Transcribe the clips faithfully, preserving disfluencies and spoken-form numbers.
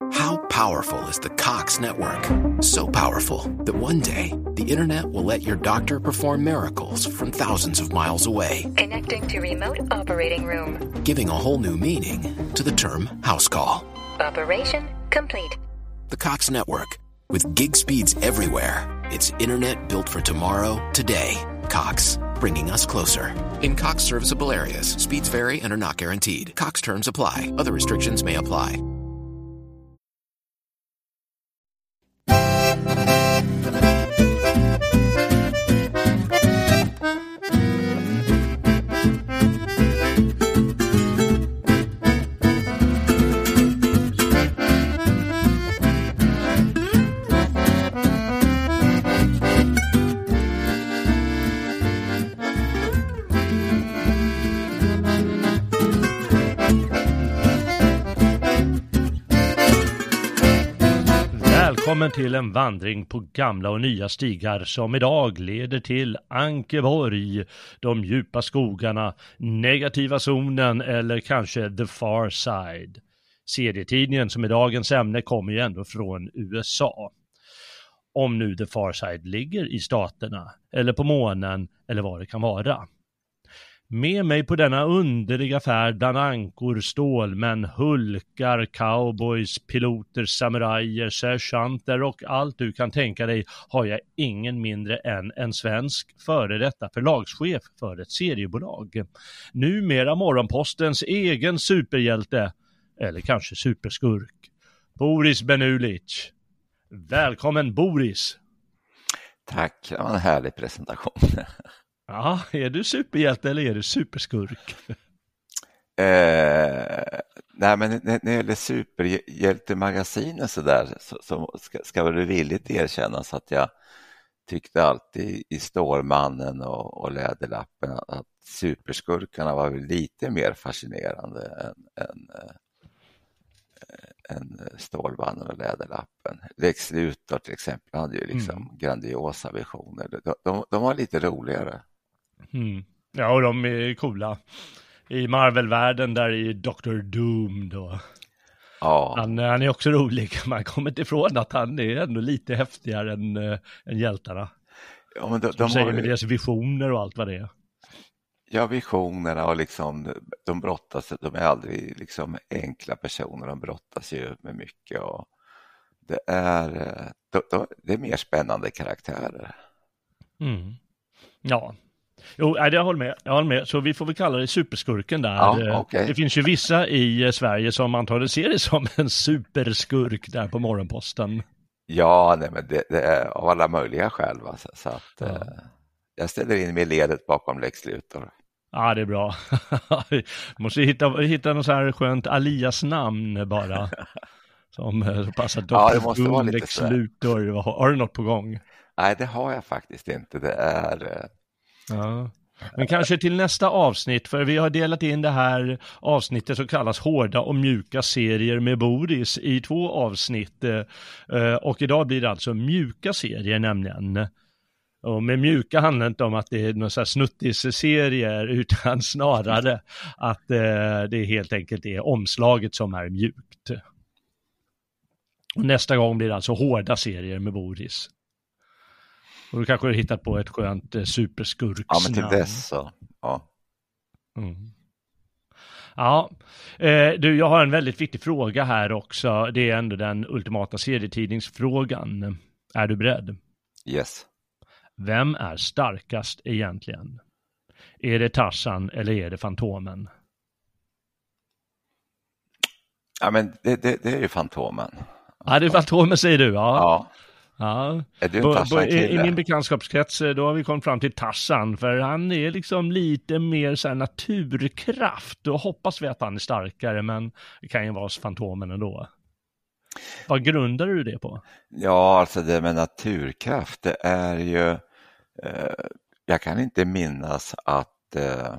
How powerful is the Cox network? So powerful that one day, the internet will let your doctor perform miracles from thousands of miles away. Connecting to remote operating room. Giving a whole new meaning to the term house call. Operation complete. The Cox network. With gig speeds everywhere. It's internet built for tomorrow, today. Cox, bringing us closer. In Cox serviceable areas, speeds vary and are not guaranteed. Cox terms apply. Other restrictions may apply. Välkommen till en vandring på gamla och nya stigar som idag leder till Ankeborg, de djupa skogarna, negativa zonen eller kanske The Far Side. Serietidningen som är dagens ämne kommer ju ändå från U S A. Om nu The Far Side ligger i staterna eller på månen eller vad det kan vara. Med mig på denna underliga färd bland ankor, stålmän, hulkar, cowboys, piloter, samurajer, sergeanter och allt du kan tänka dig har jag ingen mindre än en svensk före detta förlagschef för ett seriebolag. Numera Morgonpostens egen superhjälte, eller kanske superskurk, Boris Benulic. Välkommen Boris! Tack, det var en härlig presentation. Ja, är du superhjälte eller är du superskurk? Eh, nej, men när det gäller superhjältemagasinet så där så, så ska, ska väl villigt erkännas att jag tyckte alltid i Stålmannen och, och Läderlappen att superskurkarna var väl lite mer fascinerande än, än, äh, än Stålmannen och Läderlappen. Lex Luthor till exempel hade ju liksom mm. grandiosa visioner. De, de, de var lite roligare. Mm. Ja, och de är coola. I Marvel-världen där är doktor Doom då. Ja. Han, han är också rolig. Man kommer inte ifrån att han är ändå lite häftigare än, äh, än hjältarna. Ja, men de, de, de säger har... med deras visioner och allt vad det är. Ja, visionerna och liksom, de brottas, de är aldrig liksom enkla personer, de brottas ju med mycket och det är, de, de, det är mer spännande karaktärer. Mm. Ja. Jo, jag håller med. Jag håller med. Så vi får väl kalla det superskurken där. Ja, okay. Det finns ju vissa i Sverige som antagligen ser det som en superskurk där på Morgonposten. Ja, nej, men det, det är av alla möjliga skäl. Va? Så, så att ja. eh, jag ställer in mig i ledet bakom Lex Luthor. Ja, det är bra. Måste hitta, hitta något så här skönt alias namn bara. Som eh, passar doktor Ja, det måste vara lite Lex Luthor. Har, har du något på gång? Nej, det har jag faktiskt inte. Det är... Eh... Ja. Men kanske till nästa avsnitt, för vi har delat in det här avsnittet som kallas hårda och mjuka serier med Boris i två avsnitt. Och idag blir det alltså mjuka serier nämligen. Och med mjuka handlar det inte om att det är några så här snuttis-serier utan snarare att det helt enkelt är omslaget som är mjukt. Och nästa gång blir det alltså hårda serier med Boris. Och du kanske har hittat på ett skönt eh, superskurksnamn. Ja, men till dess så, ja. Mm. Ja, eh, du, jag har en väldigt viktig fråga här också. Det är ändå den ultimata serietidningsfrågan. Är du beredd? Yes. Vem är starkast egentligen? Är det Tarzan eller är det Fantomen? Ja, men det, det, det är ju Fantomen. Ja, det är Fantomen säger du, ja. Ja. Ja. Är du en Tarzan-kille? I min bekantskapskrets då har vi kommit fram till Tarzan, för han är liksom lite mer så här naturkraft. Då hoppas vi att han är starkare, men det kan ju vara Fantomen ändå. Vad grundar du det på? Ja, alltså det med naturkraft, det är ju eh, jag kan inte minnas att eh,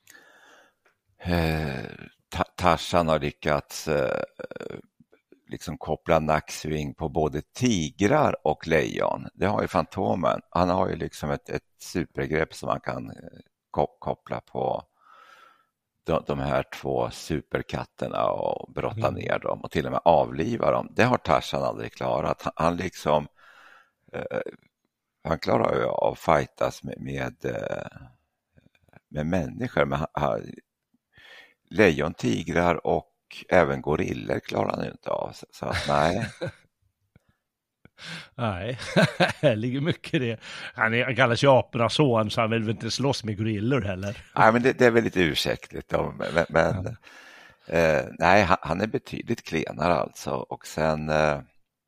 eh, Tarzan har lyckats eh, liksom koppla nacksving på både tigrar och lejon. Det har ju Fantomen. Han har ju liksom ett, ett supergrepp som man kan koppla på de, de här två superkatterna och brotta Mm. ner dem och till och med avliva dem. Det har Tarzan aldrig klarat. Han, han liksom eh, han klarar ju av att fightas med, med, eh, med människor, men han, han, lejon, tigrar och även gorillor klarar han ju inte av. Så, så att nej. Nej, det ligger mycket i det. Han, är, han kallas ju apornas son, så han vill väl inte slåss med gorillor heller. Nej, men det, det är väl lite ursäktligt. Då, men men ja. eh, nej, han, han är betydligt klenare alltså. Och sen eh,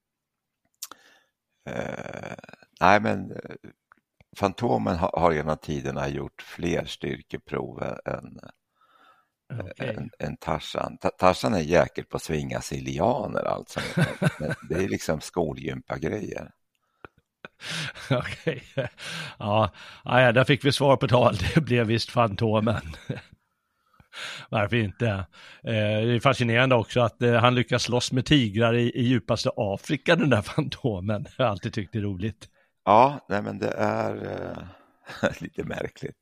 eh, nej, men Fantomen har, har genom tiderna gjort fler styrkeprov än Okay. En, en Tarzan. Tarzan är jäkel på att svinga sig lianer alltså. Men det är liksom skolgympagrejer. Okej. Okay. Ja, ja, där fick vi svar på tal. Det blev visst Fantomen. Varför inte? Eh, det är fascinerande också att eh, han lyckas slåss med tigrar i, i djupaste Afrika, den där Fantomen. Jag har alltid tyckt det är roligt. Ja, nej, men det är eh, lite märkligt.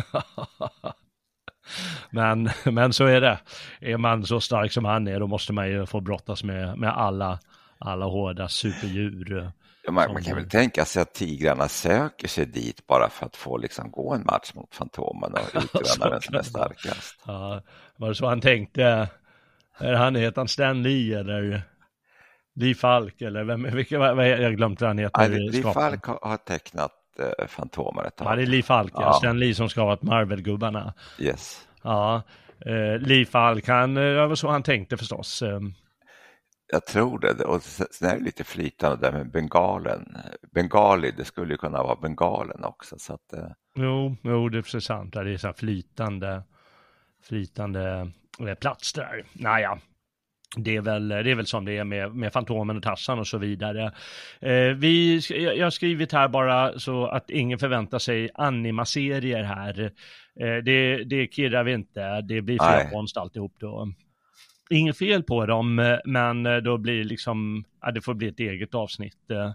Men, men så är det. Är man så stark som han är, då måste man ju få brottas med, med alla, alla hårda superdjur. Ja, man, man kan väl tänka sig att tigrarna söker sig dit bara för att få liksom gå en match mot Fantomen och utröna vem som är starkast. Ja, var det så han tänkte? Är han, heter han Stan Lee eller Lee Falk? Eller vem, vilka, vad, jag glömde vad han heter. Nej, Lee Falk har, har tecknat eh, Fantomen ett tag. Ja, det är Lee Falk, ja. Ja. Stan Lee som skapat Marvel-gubbarna. Yes. Ja, eh, Lee Falk, han, det var så han tänkte förstås. Jag tror det. Och sen är det lite flytande där med bengalen. Bengali, det skulle ju kunna vara bengalen också. Så att, eh... Jo, jo, det är precis sant. Det är så här flytande, flytande plats där. Naja. Det är, väl, det är väl som det är med, med Fantomen och Tarzan och så vidare. Eh, vi, jag har skrivit här bara så att ingen förväntar sig animaserier här. Eh, det, det kirrar vi inte. Det blir fel konst alltihop då. Inget fel på dem, men då blir liksom, ja, det får bli ett eget avsnitt eh,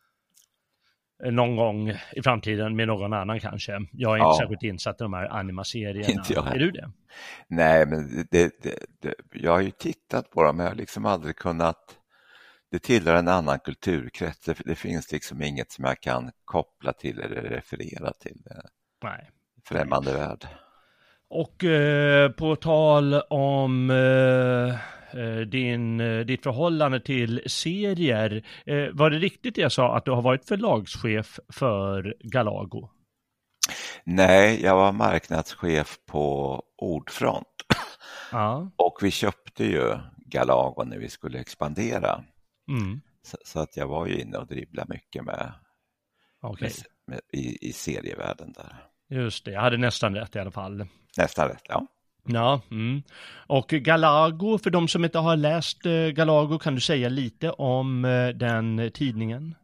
någon gång i framtiden med någon annan kanske. Jag är inte Ja. särskilt insatt i de här animaserierna. Inte jag. Är du det? Nej, men det, det, det, jag har ju tittat på dem, men jag har liksom aldrig kunnat. Det tillhör en annan kulturkrets. Det, det finns liksom inget som jag kan koppla till eller referera till. Nej. Främmande Nej. värld. Och eh, på tal om eh, din, ditt förhållande till serier, eh, var det riktigt det jag sa att du har varit förlagschef för Galago? Nej, jag var marknadschef på Ordfront. Ja. Och vi köpte ju Galago när vi skulle expandera. Mm. Så, så att jag var ju inne och dribblade mycket med, okay. med, med i, i serievärlden där. Just det, jag hade nästan rätt i alla fall. Nästan rätt, ja. Ja, mm. Och Galago, för de som inte har läst eh, Galago, kan du säga lite om eh, den tidningen?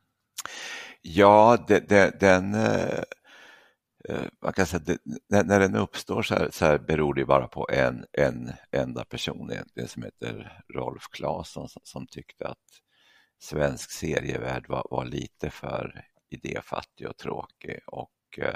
Ja, det, det, den... Eh, man kan säga att det, när den uppstår så här, så här beror det bara på en, en enda person egentligen som heter Rolf Claesson som, som tyckte att svensk serievärld var, var lite för idéfattig och tråkig och eh,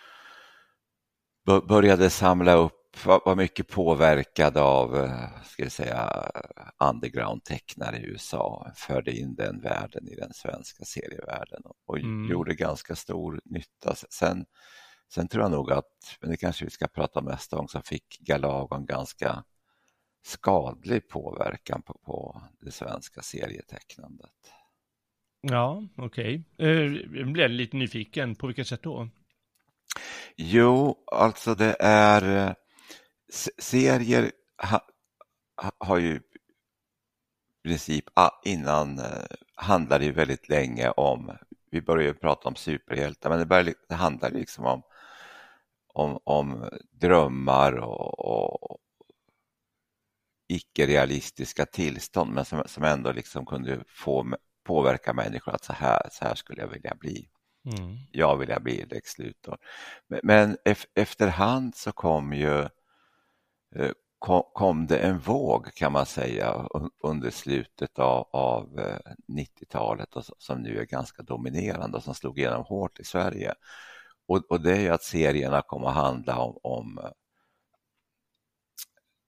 började samla upp, var, var mycket påverkad av ska jag säga, underground-tecknare i U S A, förde in den världen i den svenska serievärlden och mm. gjorde ganska stor nytta. Sen Sen tror jag nog att, men det kanske vi ska prata om nästa gång, så fick Galago en ganska skadlig påverkan på, på det svenska serietecknandet. Ja, okej. Okay. Jag blev lite nyfiken. På vilket sätt då? Jo, alltså det är serier ha, har ju i princip innan handlade ju väldigt länge om, vi började ju prata om superhjältar, men det, började, det handlar liksom om Om, om drömmar och, och icke-realistiska tillstånd, men som, som ändå liksom kunde få påverka människor att så här, så här skulle jag vilja bli. Mm. Jag vill bli Lex Luthor. Men, men efterhand så kom ju kom, kom det en våg kan man säga under slutet av, av nittiotalet och som nu är ganska dominerande och som slog igenom hårt i Sverige. Och, och det är ju att serierna kommer att handla om, om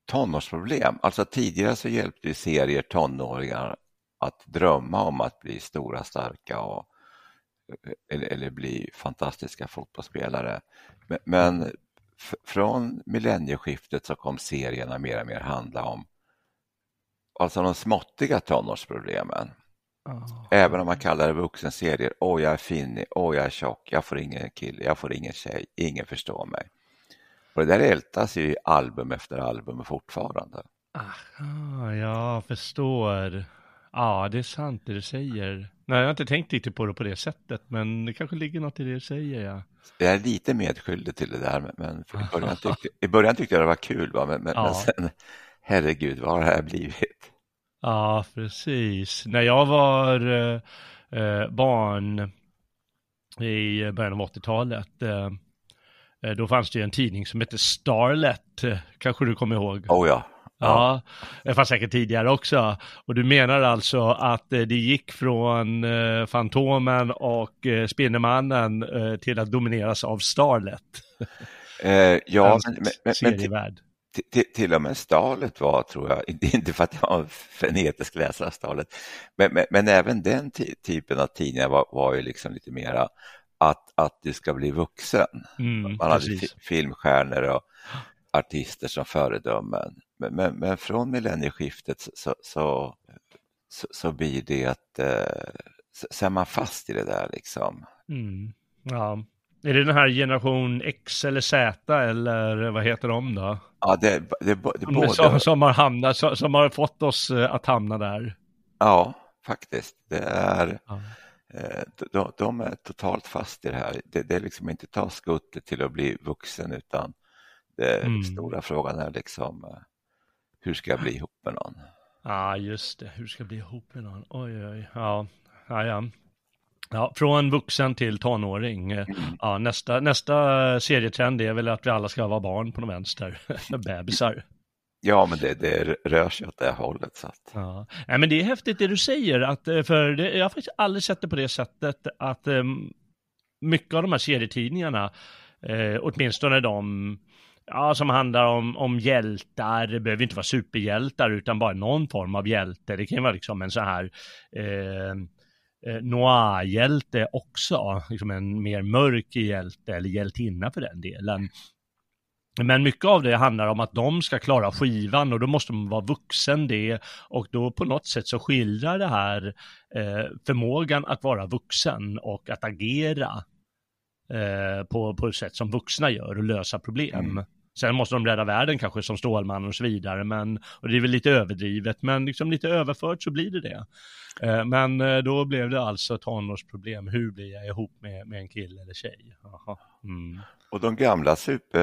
tonårsproblem. Alltså tidigare så hjälpte ju serier tonåringar att drömma om att bli stora, starka och, eller, eller bli fantastiska fotbollsspelare. Men, men f- från millennieskiftet så kom serierna mer och mer handla om alltså de småttiga tonårsproblemen. Oh. Även om man kallar det vuxenserier. Åh, jag är finnig, åh, jag är tjock, jag får ingen kille, jag får ingen tjej, ingen förstår mig. Och det där ältas ju i album efter album fortfarande. Aha, jag förstår. Ja, det är sant det du säger. Nej, jag har inte tänkt riktigt på det på det sättet, men det kanske ligger något i det du säger, ja. Jag är lite medskyldig till det där, men i början tyckte, i början tyckte jag det var kul, va? Men, men, ja. men sen, herregud, vad har det här blivit? Ja, precis. När jag var eh, barn i början av åttiotalet, eh, då fanns det ju en tidning som hette Starlet, kanske du kommer ihåg? Oh ja. Ja, det fanns säkert tidigare också. Och du menar alltså att det gick från eh, Fantomen och eh, Spindelmannen eh, till att domineras av Starlet? Eh, ja, men, men, men till, till, till och med Starlet var, tror jag, inte för att jag var frenetisk läsare av Starlet, men, men, men även den ty- typen av tidningar var, var ju liksom lite mera att, att du ska bli vuxen. Mm, Man hade fi- filmstjärnor och artister som föredömen. Men, men, men från millennieskiftet så, så, så, så, så blir det att eh, så, så är man fast i det där liksom. Mm. Ja. Är det den här generation X eller Z eller vad heter de då? Ja, det, det, det, det både... som, som har hamnat, som, som har fått oss att hamna där. Ja, faktiskt. Det är, ja. eh, de, de är totalt fast i det här. Det, det är liksom inte ta skuttet till att bli vuxen, utan det mm. stora frågan är liksom hur ska jag bli ihop med någon? Ja, just det. Hur ska jag bli ihop med någon? Oj, oj. Ja, ja, ja. Ja, från vuxen till tonåring. Mm. Ja, nästa, nästa serietrend är väl att vi alla ska vara barn på någon vänster. Bebisar. Ja, men det, det rör sig åt det hållet. Så att... ja. Nej, men det är häftigt det du säger. Att, för det, jag har faktiskt aldrig sett det på det sättet att um, mycket av de här serietidningarna, eh, åtminstone de ja, som handlar om, om hjältar, det behöver inte vara superhjältar utan bara någon form av hjälte. Det kan vara liksom en så här eh, noir-hjälte också, liksom en mer mörk hjälte eller hjältinna för den delen. Men mycket av det handlar om att de ska klara skivan och då måste de vara vuxen det, och då på något sätt så skildrar det här eh, förmågan att vara vuxen och att agera eh, på, på ett sätt som vuxna gör och lösa problem. Mm. Sen måste de rädda världen kanske som Stålmannen och så vidare, men, och det är väl lite överdrivet, men liksom lite överfört så blir det det. Eh, men eh, då blev det alltså tonårsproblem. Hur blir jag ihop med, med en kille eller tjej? Aha. Mm. Och de gamla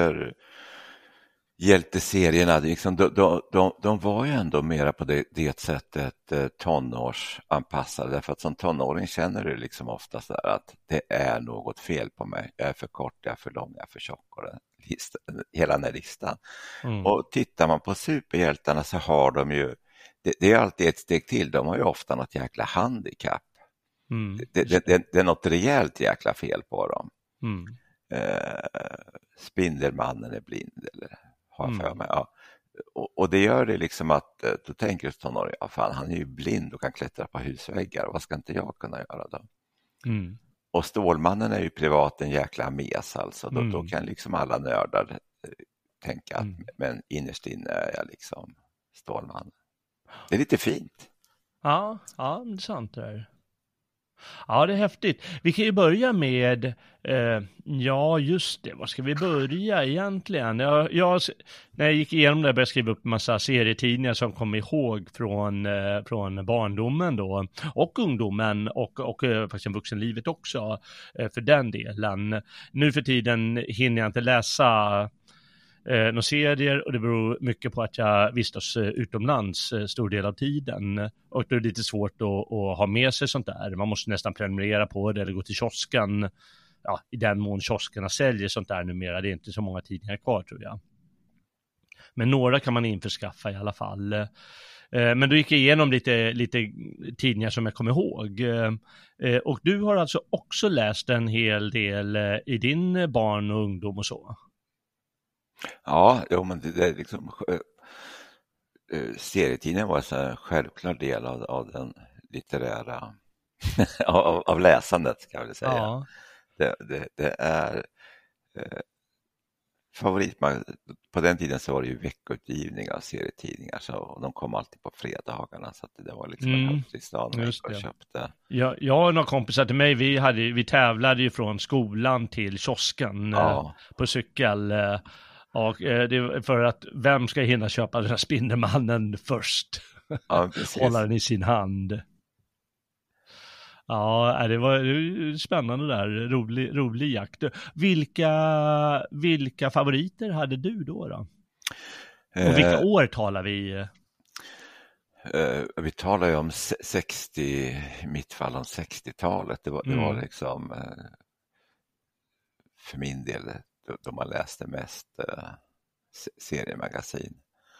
superhjälteserierna, liksom, de, de, de, de var ju ändå mera på det, det sättet eh, tonårsanpassade. Därför att som tonåring känner du liksom ofta så där att det är något fel på mig. Jag är för kort, jag är för lång, jag är för tjock. Och den, lista, hela den här listan. Mm. Och tittar man på superhjältarna så har de ju, det, det är alltid ett steg till. De har ju ofta något jäkla handikapp. Mm. Det, det, det, det är något rejält jäkla fel på dem. Mm. Eh, Spindelmannen är blind eller har jag för mig. Ja. Och, och det gör det liksom att då tänker tonåring, ja fan, han är ju blind och kan klättra på husväggar, vad ska inte jag kunna göra då? Mm. Och Stålmannen är ju privat en jäkla mes alltså, då, mm. då kan liksom alla nördar tänka att mm. men innerst inne är jag liksom Stålmannen. Det är lite fint. Ja, ja, det är sant det där. Ja, det är häftigt. Vi kan ju börja med, eh, ja just det, vad ska vi börja egentligen? Jag, jag, när jag gick igenom det började jag skriva upp en massa serietidningar som kom ihåg från, eh, från barndomen då, och ungdomen och, och eh, faktiskt vuxenlivet också eh, för den delen. Nu för tiden hinner jag inte läsa eh, några serier, och det beror mycket på att jag vistas eh, utomlands eh, stor del av tiden, och då är det lite svårt att, att ha med sig sånt där. Man måste nästan prenumerera på det eller gå till kiosken, ja, i den mån kioskerna säljer sånt där numera. Det är inte så många tidningar kvar, tror jag. Men några kan man införskaffa i alla fall. Eh, men då gick jag igenom lite, lite tidningar som jag kommer ihåg. Eh, och du har alltså också läst en hel del eh, i din barn och ungdom och så? Ja, jo, men det, det är liksom uh, serietidningen var en självklar del av, av den litterära av, av läsandet, ska jag väl säga. Ja. Det, det, det är uh, favorit. På den tiden så var det ju veckoutgivning av serietidningar, så de kom alltid på fredagarna, så att det var liksom Mm, en högtidsdag när just jag det. köpte. Jag, jag och några kompisar till mig, vi, hade, vi tävlade ju från skolan till kiosken Ja. eh, på cykel. Eh, och eh, det var för att vem ska hinna köpa den här Spindelmannen först? Ja, precis. Hålla den i sin hand. Ja, det var det var spännande där, rolig, rolig jakt. Vilka, vilka favoriter hade du då? då? Och vilka Eh, år talar vi? eh, vi talar ju om sextio, i mitt fall om sextiotalet. Det var, det var Mm. liksom eh, för min del då, då man läste mest eh, se- seriemagasin.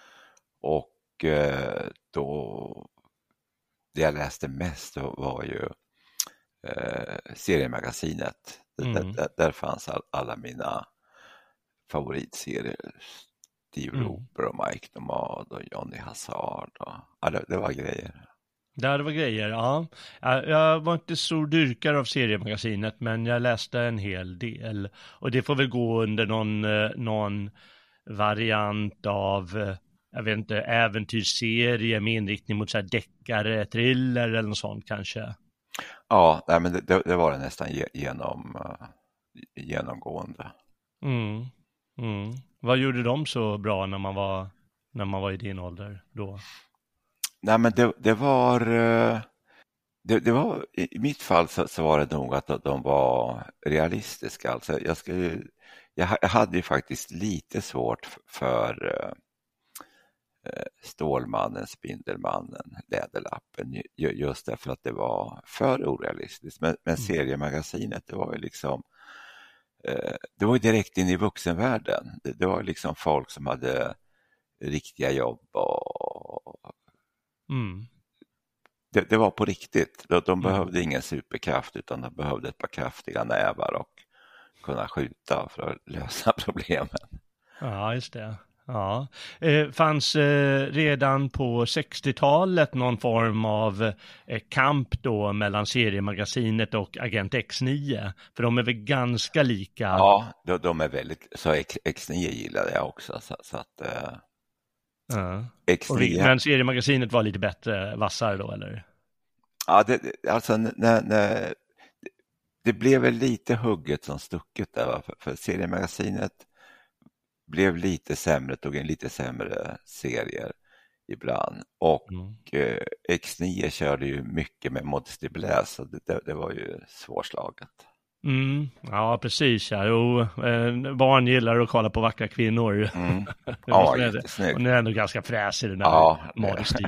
Och eh, då det jag läste mest då var ju eh, seriemagasinet. Mm. Där, där, där fanns all, alla mina favoritserier. Steve Mm. Roper och Mike Nomad och Johnny Hazard. Och, ja, det, det var grejer. Där det var grejer, ja. Jag, jag var inte så dyrkare av seriemagasinet, men jag läste en hel del. Och det får väl gå under någon, eh, någon variant av, eh, jag vet inte, äventyrsserie med inriktning mot så här deckare, thriller eller något sånt kanske. Ja, nej, men det, det, det var det nästan ge- genom, uh, genomgående. Mm. Mm. Vad gjorde de så bra när man var, när man var i din ålder då? Nej, men det, det var eh, det, det var i mitt fall så, så var det nog att de var realistiska. Alltså jag, ska ju, jag, ha- jag hade ju faktiskt lite svårt f- för eh, Stålmannen, Spindelmannen, Läderlappen, ju- just därför att det var för orealistiskt. Men, men seriemagasinet, det var ju liksom eh, det var ju direkt in i vuxenvärlden. Det, det var ju liksom folk som hade riktiga jobb och Mm. det, det var på riktigt. De, de Mm. behövde ingen superkraft, utan de behövde ett par kraftiga nävar och kunna skjuta för att lösa problemen. Ja, just det. Ja. Eh, fanns eh, redan på sextiotalet någon form av eh, kamp då mellan seriemagasinet och Agent X nio? För de är väl ganska lika? Ja, de, de är väldigt, så X, X nio gillade jag också. Så, så att eh, Ja. X nio, Och, men seriemagasinet var lite bättre, vassare då, eller? ja, det, det- alltså när, när, det blev väl lite hugget som stucket där, va? För, för seriemagasinet blev lite sämre, tog en lite sämre serier ibland. Och Mm. eh, X nio körde ju mycket med Modesty Blaise, så det, det, det var ju svårslaget. Mm. Ja, precis. Ja. Jo, eh, barn gillar att kolla på vackra kvinnor. Mm. Det Ja, måste jag- jättesnyggt. Hon är ändå ganska fräsig, den där Ja, det- Modesty.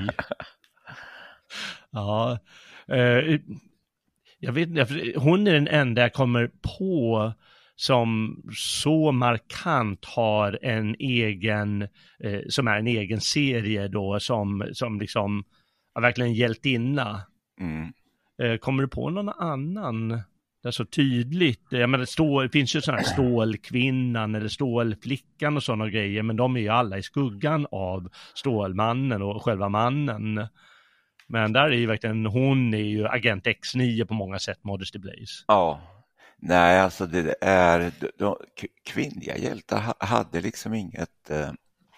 Ja. Eh, jag vet inte, för hon är den enda jag kommer på som så markant har en egen, eh, som är en egen serie då, som, som liksom är verkligen hjältinna. Mm. Eh, kommer du på någon annan där så tydligt? Jag menar, stål, det finns ju sådana här Stålkvinnan eller Stålflickan och sådana grejer, men de är ju alla i skuggan av Stålmannen och själva mannen. Men där är ju verkligen, hon är ju Agent X nio på många sätt, Modesty Blaise. Ja, nej, alltså det är de, de, kvinnliga hjältar ha- hade liksom inget eh,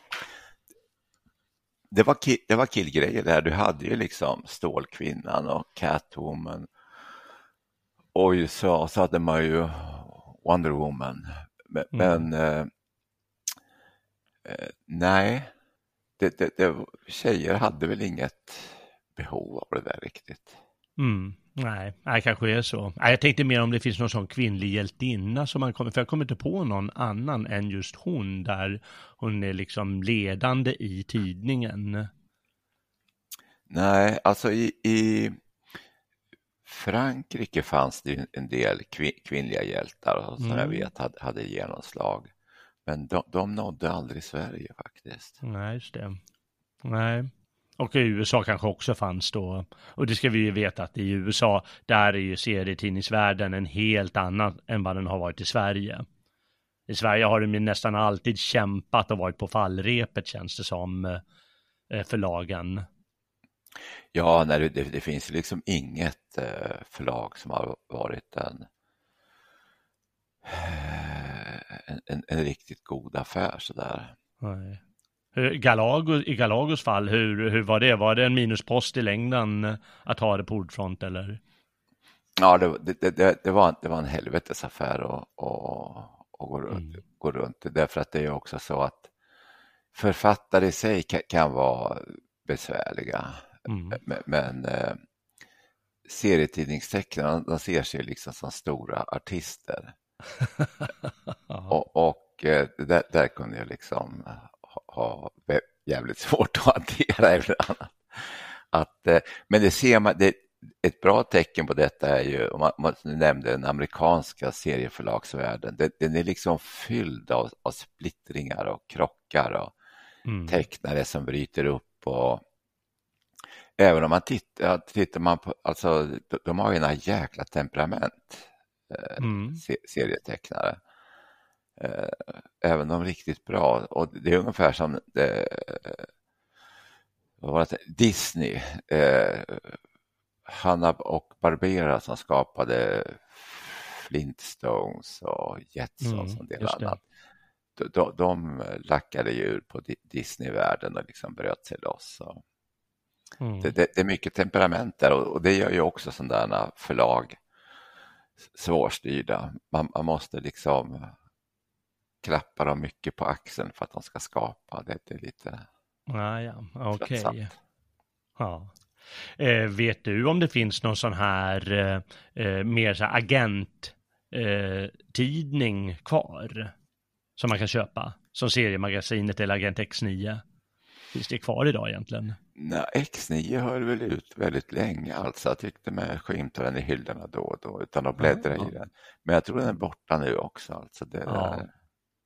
det var, ki, det var killgrejer där. Du hade ju liksom Stålkvinnan och Catwoman, och i U S A så hade man ju Wonder Woman, men, Mm. men eh, eh, nej, det, det, det, tjejer hade väl inget behov av det där riktigt. Mm. Nej, nej, kanske är så. Nej, jag tänkte mer om det finns någon sån kvinnlig hjältinna som man kommer, för jag kommer inte på någon annan än just hon, där hon är liksom ledande i tidningen. Nej, alltså i, i Frankrike fanns det ju en del kvin- kvinnliga hjältar som Mm. jag vet hade, hade genomslag. Men de, de nådde aldrig Sverige faktiskt. Nej, just det. Nej. Och i U S A kanske också fanns då. Och det ska vi ju veta att i U S A, där är ju serietidningsvärlden en helt annan än vad den har varit i Sverige. I Sverige har de ju nästan alltid kämpat och varit på fallrepet, känns det som. eh, förlagen. Ja, nej, det, det finns liksom inget eh, förlag som har varit en, en, en, en riktigt god affär sådär. Nej. Galagos, i Galagos fall, hur, hur var det? Var det en minuspost i längden att ha det på ordfront eller? Ja, det, det, det, det, var, det var en helvetesaffär att och, och gå, runt, mm. gå runt. Därför att det är också så att författare i sig kan, kan vara besvärliga. Mm. Men, men eh, serietidningstecknarna, de ser sig liksom som stora artister. och och eh, där, där kunde jag liksom ha, ha jävligt svårt att hantera ibland. Att, eh, men det ser man, det, ett bra tecken på detta är ju, om man, om man nämnde den amerikanska serieförlagsvärlden, det, den är liksom fylld av, av splittringar och krockar och mm. tecknare som bryter upp. Och även om man tittar, tittar man på, alltså de, de har ju en jäkla temperament, eh, mm. serietecknare. Eh, även de riktigt bra, och det är ungefär som det, vad var det, Disney, eh, Hanna och Barbera som skapade Flintstones och Jetsons och en del annat. De, de, de lackade ju på Disney-världen och liksom bröt sig loss. Och mm. det, det, det är mycket temperament där, och, och det gör ju också sådana förlag svårstyrda. Man, man måste liksom klappa dem mycket på axeln för att de ska skapa. Det, det är lite... Ah, ja, okej. Okay. Ja. Eh, vet du om det finns någon sån här eh, mer så här agent eh, tidning kvar som man kan köpa som seriemagasinet eller Agent X nio? Finns det kvar idag egentligen? Nej, X nio höll väl ut väldigt länge, alltså jag tyckte med skymtar den i hyllorna då och då utan att bläddra ja, i den. Men jag tror den är borta nu också, alltså det ja. Där...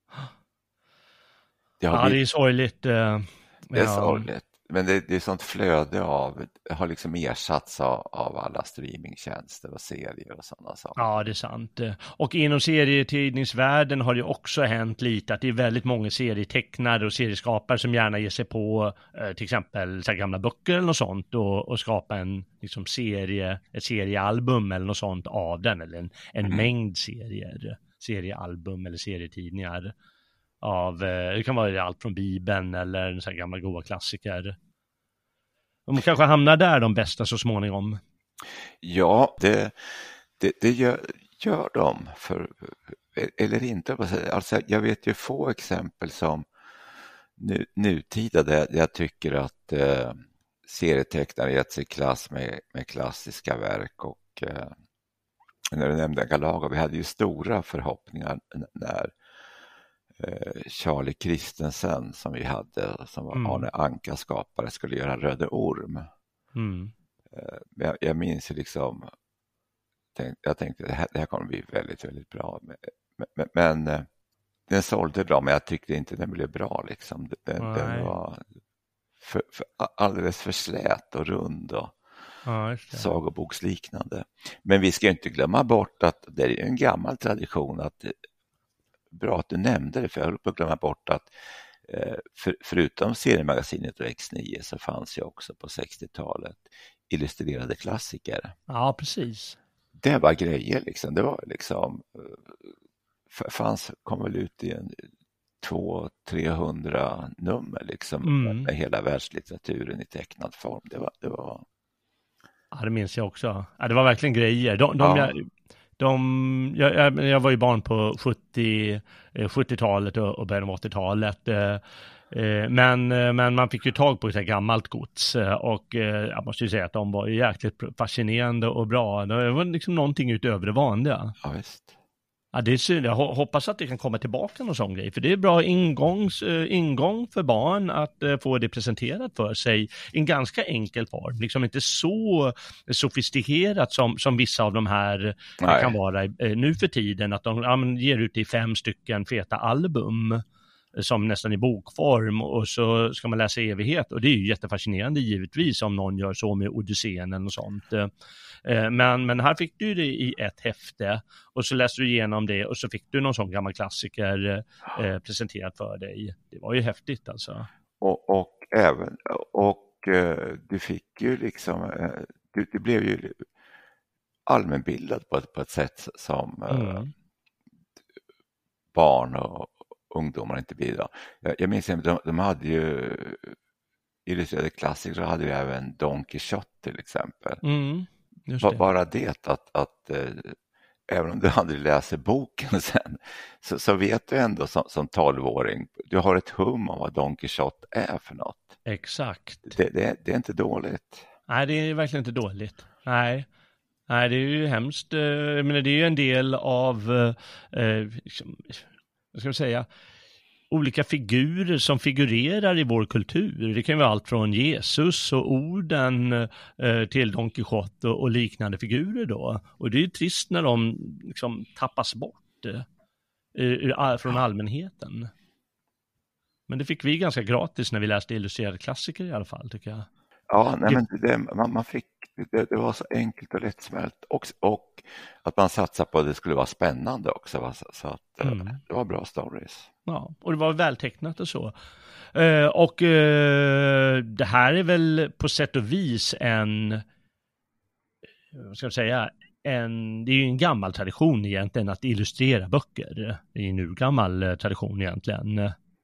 Det, ja, blivit... det är sorgligt. Eh, det är ja. sorgligt. Men det, det är sånt flöde av, har liksom ersatts av, av alla streamingtjänster och serier och sådana saker. Ja, det är sant. Och inom serietidningsvärlden har det också hänt lite att det är väldigt många serietecknare och serieskapare som gärna ger sig på eh, till exempel så här gamla böcker eller något sånt och, och skapa en liksom, serie, ett seriealbum eller något sånt av den, eller en, en mm. mängd serier, seriealbum eller serietidningar. Av, det kan vara allt från Bibeln eller en sån här gamla goda klassiker. De kanske hamnar där de bästa så småningom. Ja, det, det, det gör, gör de. För, eller inte. Alltså, jag vet ju få exempel som nu, nutida där jag tycker att eh, serietecknare gett sig klass med, med klassiska verk. Och eh, när du nämnde Galago, vi hade ju stora förhoppningar när Charlie Christensen som vi hade, som var mm. Arne Anka skapare, skulle göra Röde Orm. Mm. Jag, jag minns ju liksom, tänk, jag tänkte det här, det här kommer bli väldigt, väldigt bra. Men, men, men den sålde bra, men jag tyckte inte den blev bra. Liksom. Den, den var för, för, alldeles för slät och rund och ja, sagoboksliknande. Men vi ska inte glömma bort att det är en gammal tradition att bra att du nämnde det, för jag höll på att glömma bort att eh, för, förutom seriemagasinet och X nio så fanns ju också på sextiotalet illustrerade klassiker. Ja, precis. Det var grejer liksom. Det var liksom fanns, kom väl ut i en två trehundra nummer liksom mm. med hela världslitteraturen i tecknad form. Det var, det var... Ja, det minns jag också. Ja, det var verkligen grejer. De, de, ja. jag... De, jag, jag var ju barn på sjuttio, sjuttiotalet och, och början av åttiotalet. Men, men man fick ju tag på ett gammalt gods. Och jag måste ju säga att de var ju jäkligt fascinerande och bra. Det var liksom någonting utöver det vanliga. Ja, visst. Ja, det är synd. Jag hoppas att det kan komma tillbaka någon sån grej. För det är bra ingångs, ingång för barn att få det presenterat för sig i en ganska enkel form. Liksom inte så sofistikerat som, som vissa av de här Nej. kan vara nu för tiden. Att de ja, ger ut i fem stycken feta album som nästan i bokform, och så ska man läsa evighet, och det är ju jättefascinerande givetvis om någon gör så med Odysseen och sånt. Men, men här fick du det i ett häfte och så läste du igenom det och så fick du någon sån gammal klassiker eh, presenterat för dig. Det var ju häftigt alltså. Och, och även, och eh, du fick ju liksom, eh, du, du blev ju allmänbildad på ett, på ett sätt som eh, Mm. barn och ungdomar inte blir idag. Jag, jag minns att de, de hade ju illustrerade klassiker, så hade vi även Don Quijote till exempel. Mm. Just B- det. bara det att, att eh, även om du aldrig läser boken sen, så, så vet du ändå som, som tolvåring, du har ett hum om vad Don Quijote är för något. Exakt. Det, det, det är inte dåligt. Nej, det är verkligen inte dåligt. Nej. Nej, det är ju hemskt. eh, Jag menar, det är ju en del av, eh, eh, liksom, vad ska jag säga, olika figurer som figurerar i vår kultur. Det kan ju vara allt från Jesus och orden eh, till Don Quijote och, och liknande figurer då. Och det är ju trist när de liksom tappas bort eh, ur, från allmänheten. Men det fick vi ganska gratis när vi läste illustrerade klassiker i alla fall, tycker jag. Ja, nej, men det, man, man fick, det, det var så enkelt och lättsmält. Och, och att man satsade på att det skulle vara spännande också. Va? Så, så att Mm. det var bra stories. Ja, och det var vältecknat och så. Eh, och eh, det här är väl på sätt och vis en, vad ska jag säga, en, det är ju en gammal tradition egentligen att illustrera böcker. Det är en urgammal eh, tradition egentligen.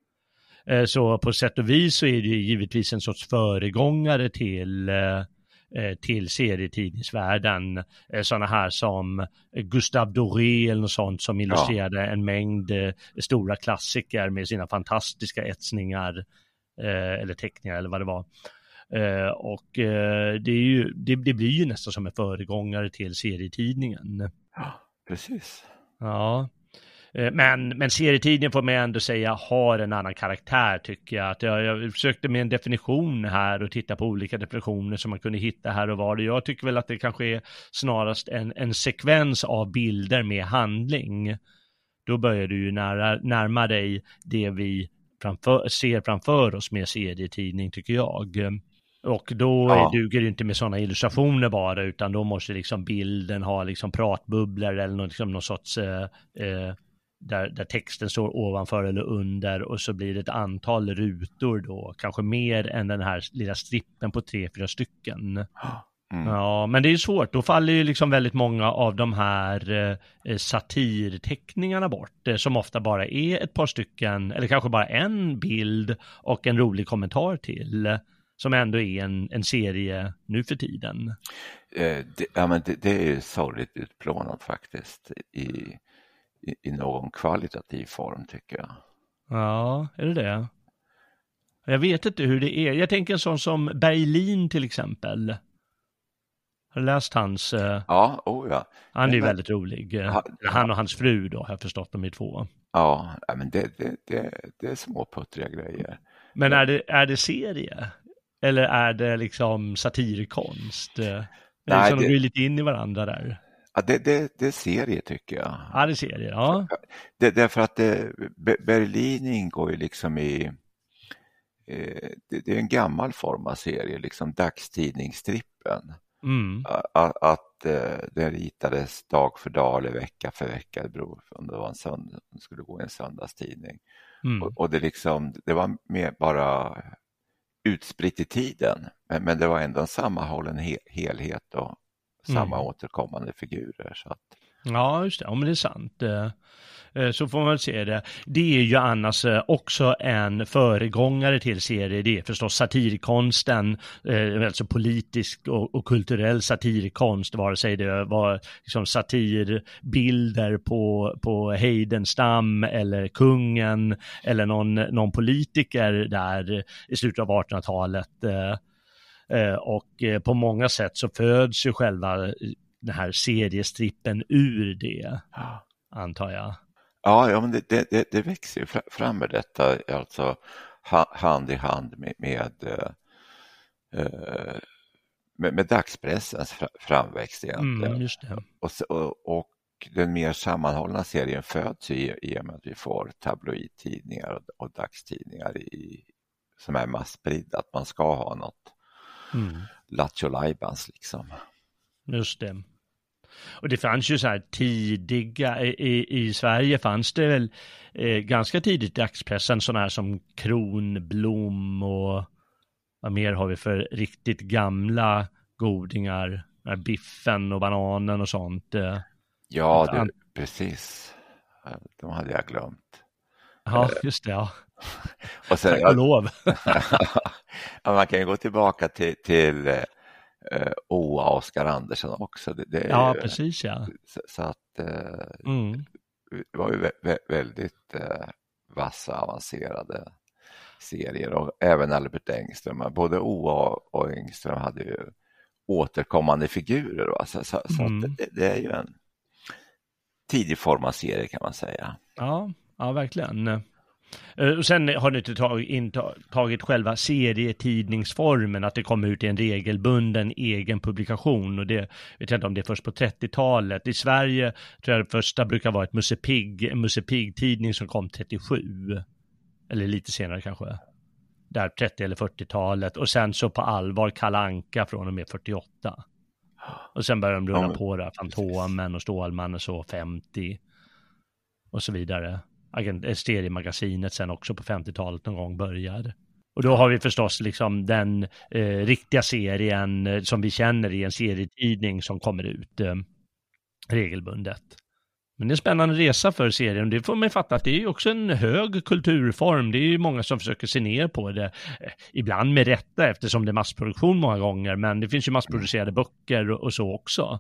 Eh, så på sätt och vis så är det givetvis en sorts föregångare till eh, till serietidningsvärlden, sådana här som Gustave Doré eller något sånt som illustrerade ja. en mängd eh, stora klassiker med sina fantastiska etsningar eh, eller teckningar eller vad det var. Eh, och eh, det, är ju, det, det blir ju nästan som en föregångare till serietidningen. Ja, precis. Ja. Men, men serietidningen får man ändå säga har en annan karaktär, tycker jag. Att jag, jag försökte med en definition här och titta på olika definitioner som man kunde hitta här och var. Jag tycker väl att det kanske är snarast en, en sekvens av bilder med handling. Då börjar du ju nära, närma dig det vi framför, ser framför oss med serietidning, tycker jag. Och då ja. duger det inte med sådana illustrationer bara, utan då måste liksom bilden ha liksom pratbubblor eller något, liksom någon sorts... Eh, eh, Där, där texten står ovanför eller under, och så blir det ett antal rutor då, kanske mer än den här lilla strippen på tre, fyra stycken. Mm. Ja, men det är ju svårt, då faller ju liksom väldigt många av de här eh, satirteckningarna bort, eh, som ofta bara är ett par stycken, eller kanske bara en bild och en rolig kommentar till, som ändå är en, en serie nu för tiden. Eh, det, ja, men det, det är ju sorgligt utplånat faktiskt i I, i någon kvalitativ form, tycker jag. Ja, är det det? Jag vet inte hur det är. Jag tänker en sån som Berlin till exempel. Har du läst hans? Ja, oh ja. Han är ju men, väldigt rolig. Ha, han och hans fru då, har jag förstått, de är två. Ja, men det, det, det, det är små puttriga grejer. Men är det, är det serie? Eller är det liksom satirkonst? Nej, det som det... de går lite in i varandra där. Ja, det, det, det är serie, tycker jag. Ja, det är serie, ja. Det, därför att det, Berlin ingår ju liksom i... Eh, det, det är en gammal form av serie, liksom dagstidningsstrippen. Mm. Att, att eh, det ritades dag för dag eller vecka för vecka, det beror på om det var en söndag, det skulle gå i en söndagstidning. Mm. Och, och det, liksom, det var mer bara utspritt i tiden, men, men det var ändå en sammanhållen he, helhet och samma mm. återkommande figurer. Så att... Ja, just det. Ja, men det är sant. Så får man väl se det. Det är ju annars också en föregångare till serie. Det är förstås satirkonsten, alltså politisk och, och kulturell satirkonst, vare sig det var liksom satirbilder på, på Heidenstam eller kungen eller någon, någon politiker där i slutet av artonhundratalet. Och på många sätt så föds ju själva den här seriestrippen ur det, antar jag. Ja, ja men det, det, det växer ju fram med detta, alltså hand i hand med, med, med, med dagspressens framväxt egentligen. Mm, just det. Och, och, och den mer sammanhållna serien föds i, i och med att vi får tabloidtidningar och, och dagstidningar i, som är massspridda, att man ska ha något mm. Lattjo Lajbans liksom. Just det. Och det fanns ju så här tidiga, i, i Sverige fanns det väl eh, ganska tidigt dagspressen, sådana här som Kronblom och vad mer har vi för riktigt gamla godingar? Biffen och bananen och sånt. Ja, det, precis. De hade jag glömt. Ja, just det. Ja. Och sen, tack och lov. Ja, man kan ju gå tillbaka till, till uh, O A Oskar Andersson också. Det, det ja, ju, precis. Ja. Så, så att uh, mm. det var ju vä- väldigt uh, vassa, avancerade serier. Och även Albert Engström. Både O A och Engström hade ju återkommande figurer. Va? Så, så, så mm. att det, det är ju en tidig form av serie kan man säga. Ja, ja verkligen. Och sen har ni inte tagit, inte tagit själva serietidningsformen, att det kommer ut i en regelbunden egen publikation, och det vet jag inte om det är först på trettiotalet. I Sverige tror jag det första brukar vara ett Musse Pigg, en Musse Pigg-tidning som kom trettiosju, eller lite senare kanske, där trettio- eller fyrtiotalet, och sen så på allvar Kalle Anka från och med fyrtioåtta. Och sen börjar de rulla ja, på där, Fantomen och Stålmannen så femtio och så vidare. Seriemagasinet sen också på femtiotalet någon gång börjar. Och då har vi förstås liksom den eh, riktiga serien eh, som vi känner i en serietidning som kommer ut eh, regelbundet. Men det är en spännande resa för serien. Det får man fatta att det är också en hög kulturform. Det är ju många som försöker se ner på det. Eh, ibland med rätta eftersom det är massproduktion många gånger. Men det finns ju massproducerade böcker och, och så också.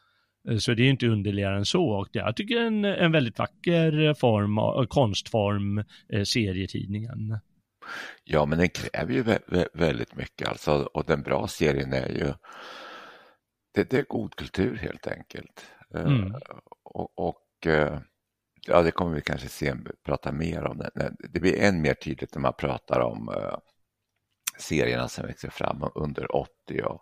Så det är inte underligare än så. Och det, jag tycker en, en väldigt vacker form, konstform, eh, serietidningen. Ja, men den kräver ju vä- vä- väldigt mycket. Alltså, och den bra serien är ju det, det är god kultur helt enkelt. Mm. Uh, och, och uh, ja, det kommer vi kanske se, prata mer om. Det, det blir än mer tydligt när man pratar om uh, serierna som växer fram under åttio och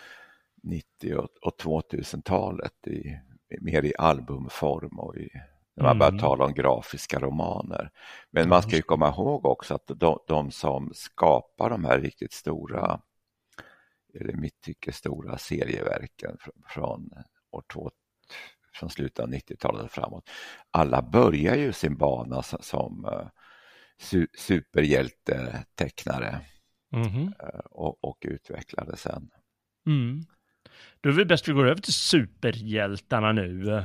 nittio och, och tvåtusentalet i, mer i albumform och i, när man börjar mm. tala om grafiska romaner. Men mm. man ska ju komma ihåg också att de, de som skapar de här riktigt stora, eller mitt tycke stora serieverken från, från år två, från slutet av nittiotalet och framåt, alla börjar ju sin bana som, som uh, su, superhjältetecknare mm. uh, och, och utvecklade sen. Mm. Då är det bäst vi går över till superhjältarna nu.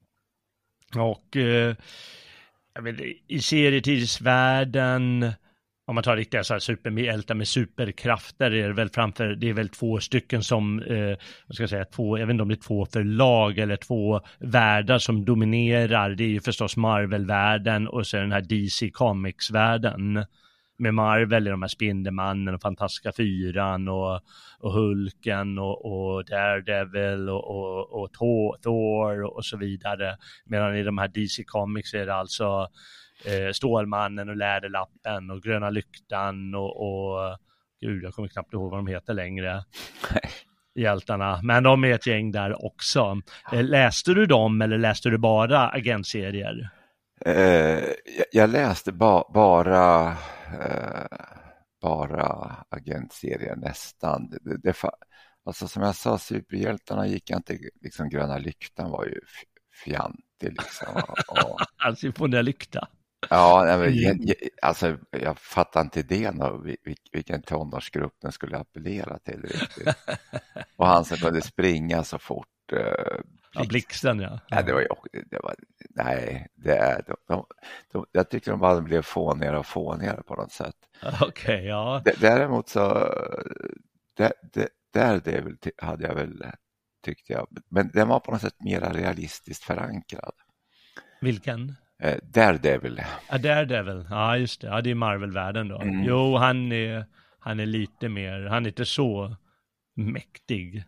Och eh, jag vet, i serietidsvärlden, om man tar riktiga så här superhjältar med superkrafter, är det väl framför, det är väl två stycken som, eh, vad ska jag säga, två, jag vet inte om det är två förlag eller två världar som dominerar. Det är ju förstås Marvel-världen och så den här D C Comics-världen. Med Marvel är de här Spindelmannen och Fantastiska Fyran och, och Hulken och, och Daredevil och, och, och Thor och så vidare. Medan i de här D C Comics är det alltså eh, Stålmannen och Läderlappen och Gröna Lyktan och, och gud, jag kommer knappt ihåg vad de heter längre. Hjältarna. Men de är ett gäng där också. Eh, läste du dem eller läste du bara agentserier? Uh, jag, jag läste ba, bara uh, bara agentserier nästan. Det, det, alltså som jag sa, superhjältarna gick jag inte, liksom Gröna Lyktan var ju fjantig liksom. Och, alltså på den lykta. Ja, jag, jag, alltså jag fattar inte idén av vilken tonårsgrupp den skulle appellera till riktigt. Och han som kunde springa så fort. Uh, Ja, Blixten, ja. Ja, det var ju, det var, nej, det är, de, de, de, jag tycker de bara blev fånigare och fånigare på något sätt. Okej, okay, ja. D- däremot så, där, där det väl, hade jag väl, tyckte jag, men den var på något sätt mer realistiskt förankrad. Vilken? Eh, Daredevil. Ja, Daredevil, ja just det, ja det är Marvel-världen då. Mm. Jo, han är, han är lite mer, han är inte så mäktig.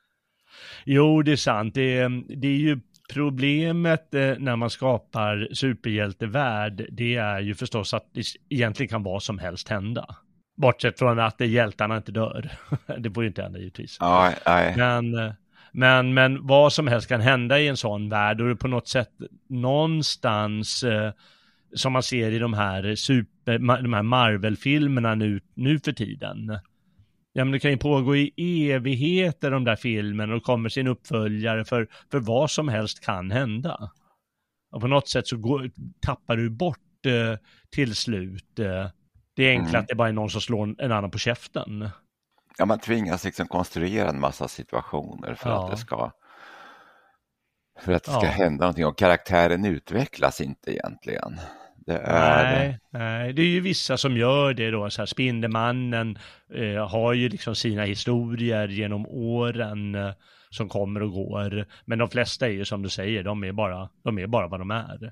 Jo, det är sant. Det är, det är ju problemet eh, när man skapar superhjältevärld. Det är ju förstås att det egentligen kan vad som helst hända. Bortsett från att det, hjältarna inte dör. Det får ju inte hända givetvis. Ja, nej. Men, men, men vad som helst kan hända i en sån värld. Och det är på något sätt någonstans eh, som man ser i de här, super, de här Marvel-filmerna nu, nu för tiden. Ja, men det kan ju pågå i evigheter de där filmerna och kommer sin uppföljare för, för vad som helst kan hända. Och på något sätt så går, tappar du bort eh, till slut. Eh, det är enkelt mm. att det bara är någon som slår en annan på käften. Ja, man tvingas liksom konstruera en massa situationer för Ja. att det ska för att det ska Ja. hända någonting, och karaktären utvecklas inte egentligen. Det är... Nej, nej, det är ju vissa som gör det då. Så här, Spindelmannen eh, har ju liksom sina historier genom åren eh, som kommer och går. Men de flesta är ju som du säger, de är bara, de är bara vad de är.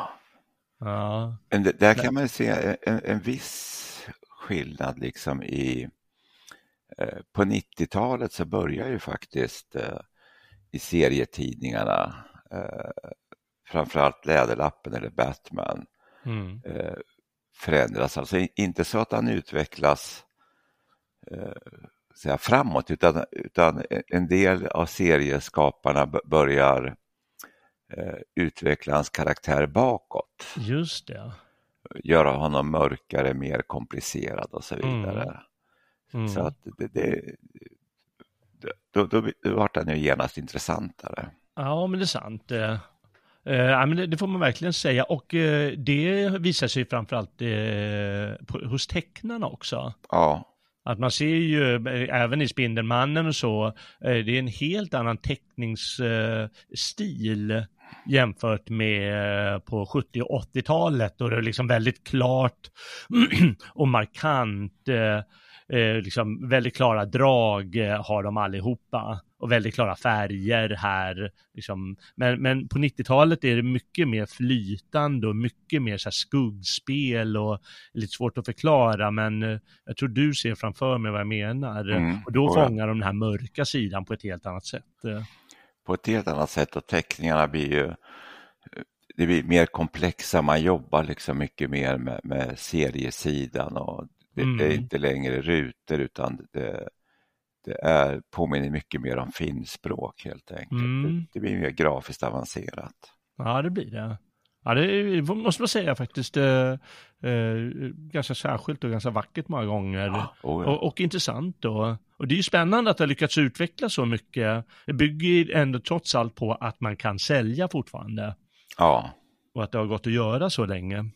Ja. Men det, där kan man ju se en, en viss skillnad liksom i eh, på nittiotalet så börjar ju faktiskt eh, i serietidningarna eh, framförallt Läderlappen eller Batman Mm. eh, förändras. Alltså inte så att han utvecklas eh, säga, framåt, utan, utan en del av serieskaparna b- börjar eh, utveckla hans karaktär bakåt. Just det. Göra honom mörkare, mer komplicerad och så vidare. Mm. Mm. Så att det, det, då, då, då vart han ju genast intressantare. Ja, men det är sant. Eh, ja, men det, det får man verkligen säga. Och eh, det visar sig framförallt eh, på, hos tecknarna också. Ja. Att man ser ju eh, även i Spindelmannen och så, eh, det är en helt annan teckningsstil eh, jämfört med eh, på sjuttio- och åttiotalet, då det är liksom väldigt klart och markant. Eh, Eh, liksom väldigt klara drag eh, har de allihopa och väldigt klara färger här liksom. men, men på nittiotalet är det mycket mer flytande och mycket mer så här skuggspel och lite svårt att förklara, men eh, jag tror du ser framför mig vad jag menar. Mm. Och då Och fångar de den här mörka sidan på ett helt annat sätt. eh. På ett helt annat sätt, och teckningarna blir ju det blir mer komplexa, man jobbar liksom mycket mer med, med seriesidan, och det, Mm. det är inte längre rutor utan det, det är, påminner mycket mer om filmspråk helt enkelt. Mm. Det, det blir mer grafiskt avancerat. Ja, det blir det. Ja, det är, måste man säga faktiskt eh, eh, ganska särskilt och ganska vackert många gånger. Ja, oh ja. och, och intressant då. Och det är ju spännande att det har lyckats utveckla så mycket. Det bygger ju ändå trots allt på att man kan sälja fortfarande. Ja. Och att det har gått att göra så länge.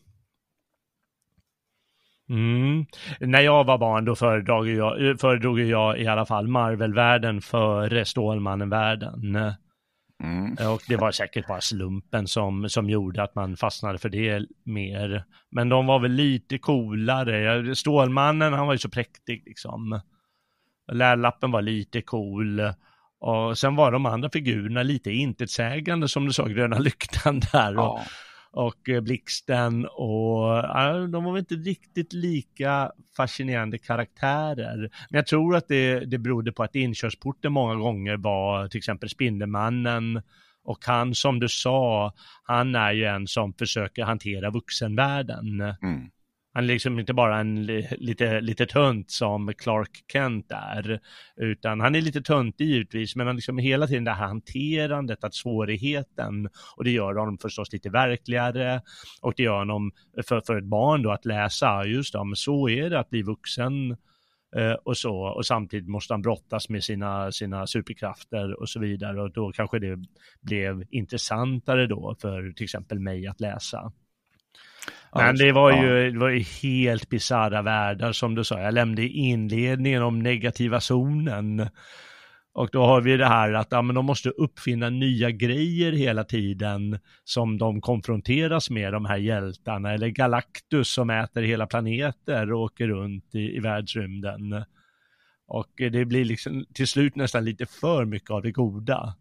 Mm. När jag var barn då föredrog jag, föredrog jag i alla fall Marvel-världen före Stålmannen-världen. Mm. Och det var säkert bara slumpen som, som gjorde att man fastnade för det mer. Men de var väl lite coolare. Stålmannen, han var ju så präktig liksom. Lärlappen var lite cool. Och sen var de andra figurerna lite intetsägande, som du sa, Gröna Lyktan där. Och, Ja. och Blixten, och ja, de var inte riktigt lika fascinerande karaktärer. Men jag tror att det, det berodde på att inkörsporten många gånger var till exempel Spindelmannen, och han, som du sa, han är ju en som försöker hantera vuxenvärlden. Mm. Han är liksom inte bara en lite, lite tönt som Clark Kent är, utan han är lite tönt givetvis, men han liksom hela tiden det här hanterandet, att svårigheten, och det gör honom förstås lite verkligare, och det gör honom för, för ett barn då att läsa, just det, men så är det att bli vuxen eh, och så, och samtidigt måste han brottas med sina, sina superkrafter och så vidare, och då kanske det blev intressantare då för till exempel mig att läsa. Men det var ju, det var ju helt bizarra världar, som du sa. Jag lämnade inledningen om negativa zonen. Och då har vi det här att ja, men de måste uppfinna nya grejer hela tiden som de konfronteras med, de här hjältarna. Eller Galactus som äter hela planeter och åker runt i, i världsrymden. Och det blir liksom till slut nästan lite för mycket av det goda.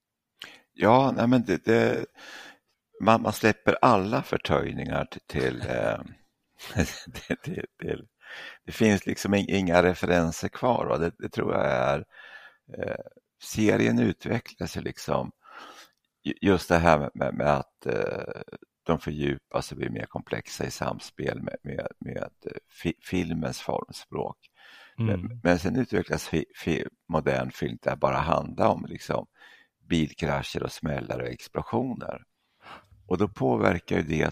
Ja, nej men det... det... Man, man släpper alla förtöjningar till, till, eh, till, till, till det finns liksom inga referenser kvar, och det, det tror jag är eh, serien utvecklas ju liksom just det här med, med att eh, de fördjupas och blir mer komplexa i samspel med, med, med fi, filmens formspråk. Mm. Men, men sen utvecklas fi, fi, modern film där bara handlar om liksom bilkrascher och smällar och explosioner. Och då påverkar ju det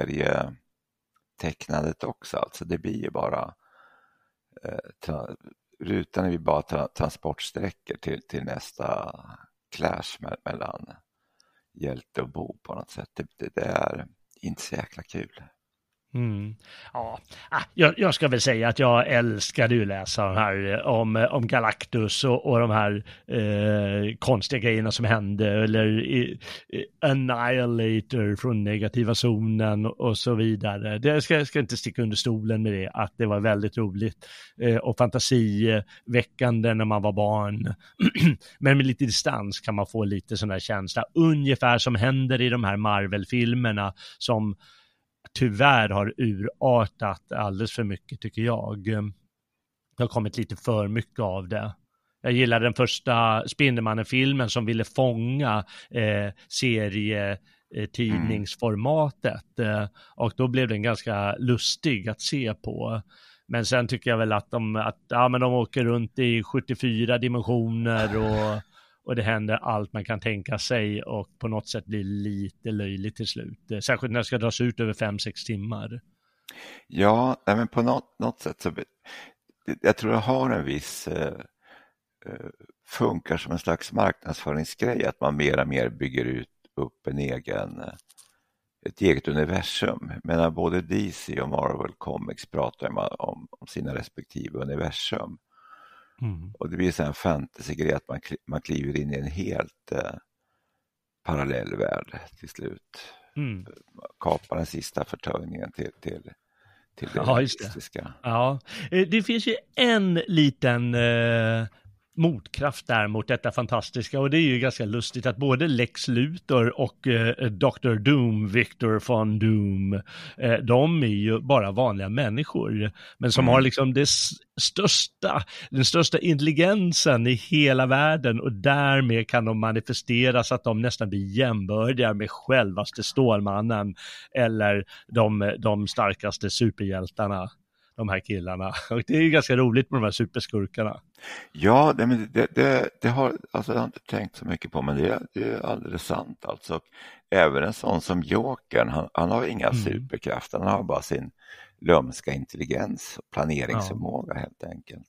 serietecknandet också. Alltså det blir ju bara eh, tra, rutan är ju bara tra, transportsträckor till, till nästa clash med, mellan hjälte och bo på något sätt. Det, det, det är inte så jäkla kul. Mm. Ja, jag, jag ska väl säga att jag älskade ju läsa de här om, om Galactus och, och de här eh, konstiga grejerna som hände, eller eh, Annihilator från negativa zonen och så vidare. Det ska, jag ska inte sticka under stolen med det, att det var väldigt roligt eh, och fantasiväckande när man var barn. Men med lite distans kan man få lite sån här känsla, ungefär som händer i de här Marvel-filmerna som tyvärr har urartat alldeles för mycket, tycker jag. Det har kommit lite för mycket av det. Jag gillar den första Spindelmannen-filmen som ville fånga eh, serietidningsformatet eh, och då blev den ganska lustig att se på. Men sen tycker jag väl att de, att, ja, men de åker runt i sjuttiofyra dimensioner och Och det händer allt man kan tänka sig och på något sätt blir lite löjligt till slut. Särskilt när det ska dras ut över fem sex timmar. Ja, men på något, något sätt så... Jag tror jag har en viss... Eh, funkar som en slags marknadsföringsgrej. Att man mer och mer bygger ut upp en egen... ett eget universum. Men både D C och Marvel Comics pratar om, om sina respektive universum. Mm. Och det blir så en fantasy-grej att man, man kliver in i en helt eh, parallell värld till slut. Mm. Kapar den sista förtöjningen till, till, till det ja, realistiska. Det. Ja, det finns ju en liten eh, motkraft där mot detta fantastiska, och det är ju ganska lustigt att både Lex Luthor och eh, doktor Doom, Victor von Doom, eh, de är ju bara vanliga människor, men som mm. har liksom det största, den största intelligensen i hela världen, och därmed kan de manifestera så att de nästan blir jämbördiga med självaste Stålmannen eller de, de starkaste superhjältarna, de här killarna. Och det är ju ganska roligt med de här superskurkarna. Ja, det, det, det, det har alltså, jag har inte tänkt så mycket på, men det, det är alldeles sant. Alltså, även en sån som Jokern, han, han har inga mm. superkrafter, han har bara sin lömska intelligens och planeringsförmåga ja. helt enkelt.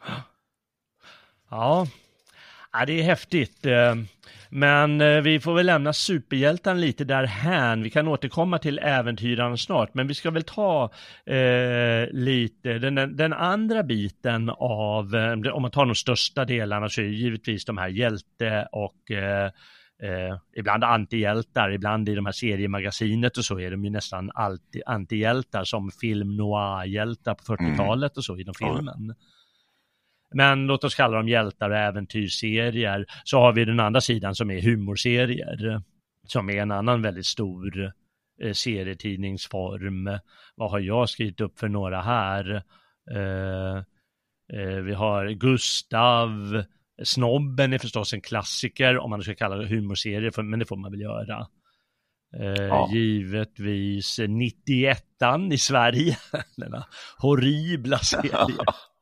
Ja. Ja, det är häftigt. Men vi får väl lämna superhjälten lite därhän. Vi kan återkomma till äventyrarna snart, men vi ska väl ta eh, lite den, den andra biten av, om man tar de största delarna, så är det givetvis de här hjälte och eh, eh, ibland antihjältar, ibland i de här seriemagasinet och så är de ju nästan alltid antihjältar, som film noir-hjältar på fyrtiotalet och så inom filmen. Men låt oss kalla dem hjältar och äventyrsserier. Så har vi den andra sidan som är humorserier, som är en annan väldigt stor eh, serietidningsform. Vad har jag skrivit upp för några här? Eh, eh, vi har Gustav, Snobben är förstås en klassiker om man ska kalla det humorserie, men det får man väl göra. Eh, ja. Givetvis nittioettan i Sverige, denna horribla serie.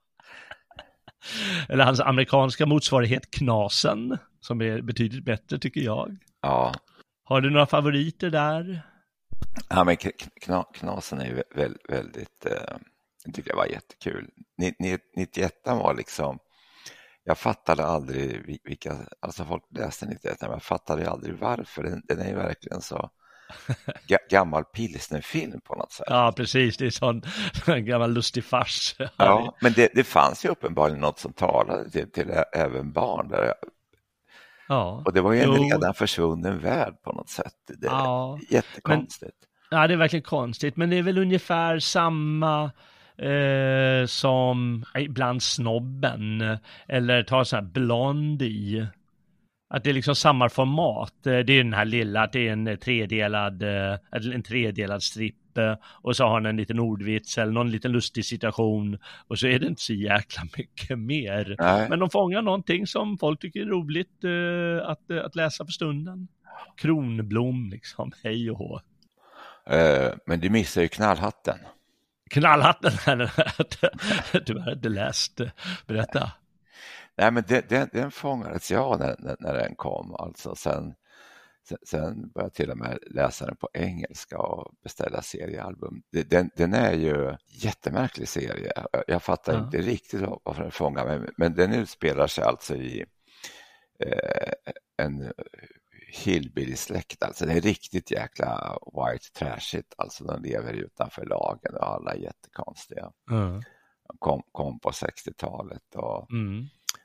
Eller hans amerikanska motsvarighet Knasen, som är betydligt bättre tycker jag. Ja. Har du några favoriter där? Ja, men kna, Knasen är ju väldigt, väldigt eh, jag tycker det var jättekul. nittioettan var liksom, jag fattade aldrig vilka, alltså folk läste nittioettan, men jag fattade aldrig varför. Den, den är ju verkligen så gammal pilsnerfilm på något sätt. Ja, precis. Det är sån en gammal lustig fars. Ja, men det, det fanns ju uppenbarligen något som talade till, till även barn. Där. Ja. Och det var ju en jo. redan försvunnen värld på något sätt. Det är ja. jättekonstigt. Men, ja, det är verkligen konstigt. Men det är väl ungefär samma eh, som ibland Snobben. Eller ta så här Blondie. Att det är liksom samma format. Det är den här lilla, att det är en tredelad, en tredelad stripp. Och så har han en liten ordvits eller någon liten lustig situation. Och så är det inte så jäkla mycket mer. Nej. Men de fångar någonting som folk tycker är roligt uh, att, uh, att läsa för stunden. Kronblom liksom, hej och hå. Uh, men du missar ju Knallhatten. Knallhatten? Du har inte läst. Berätta. Nej, men den, den, den fångades jag när, när, när den kom. Alltså sen, sen, sen började jag till och med läsa den på engelska och beställa seriealbum. Den, den är ju jättemärklig serie. Jag, jag fattar ja. inte riktigt varför den fångar mig. Men den utspelar sig alltså i eh, en hillbilly-släkt. Alltså det är riktigt jäkla white trashigt. Alltså de lever utanför lagen och alla är jättekonstiga. Mm. De kom, kom på sextiotalet och Mm.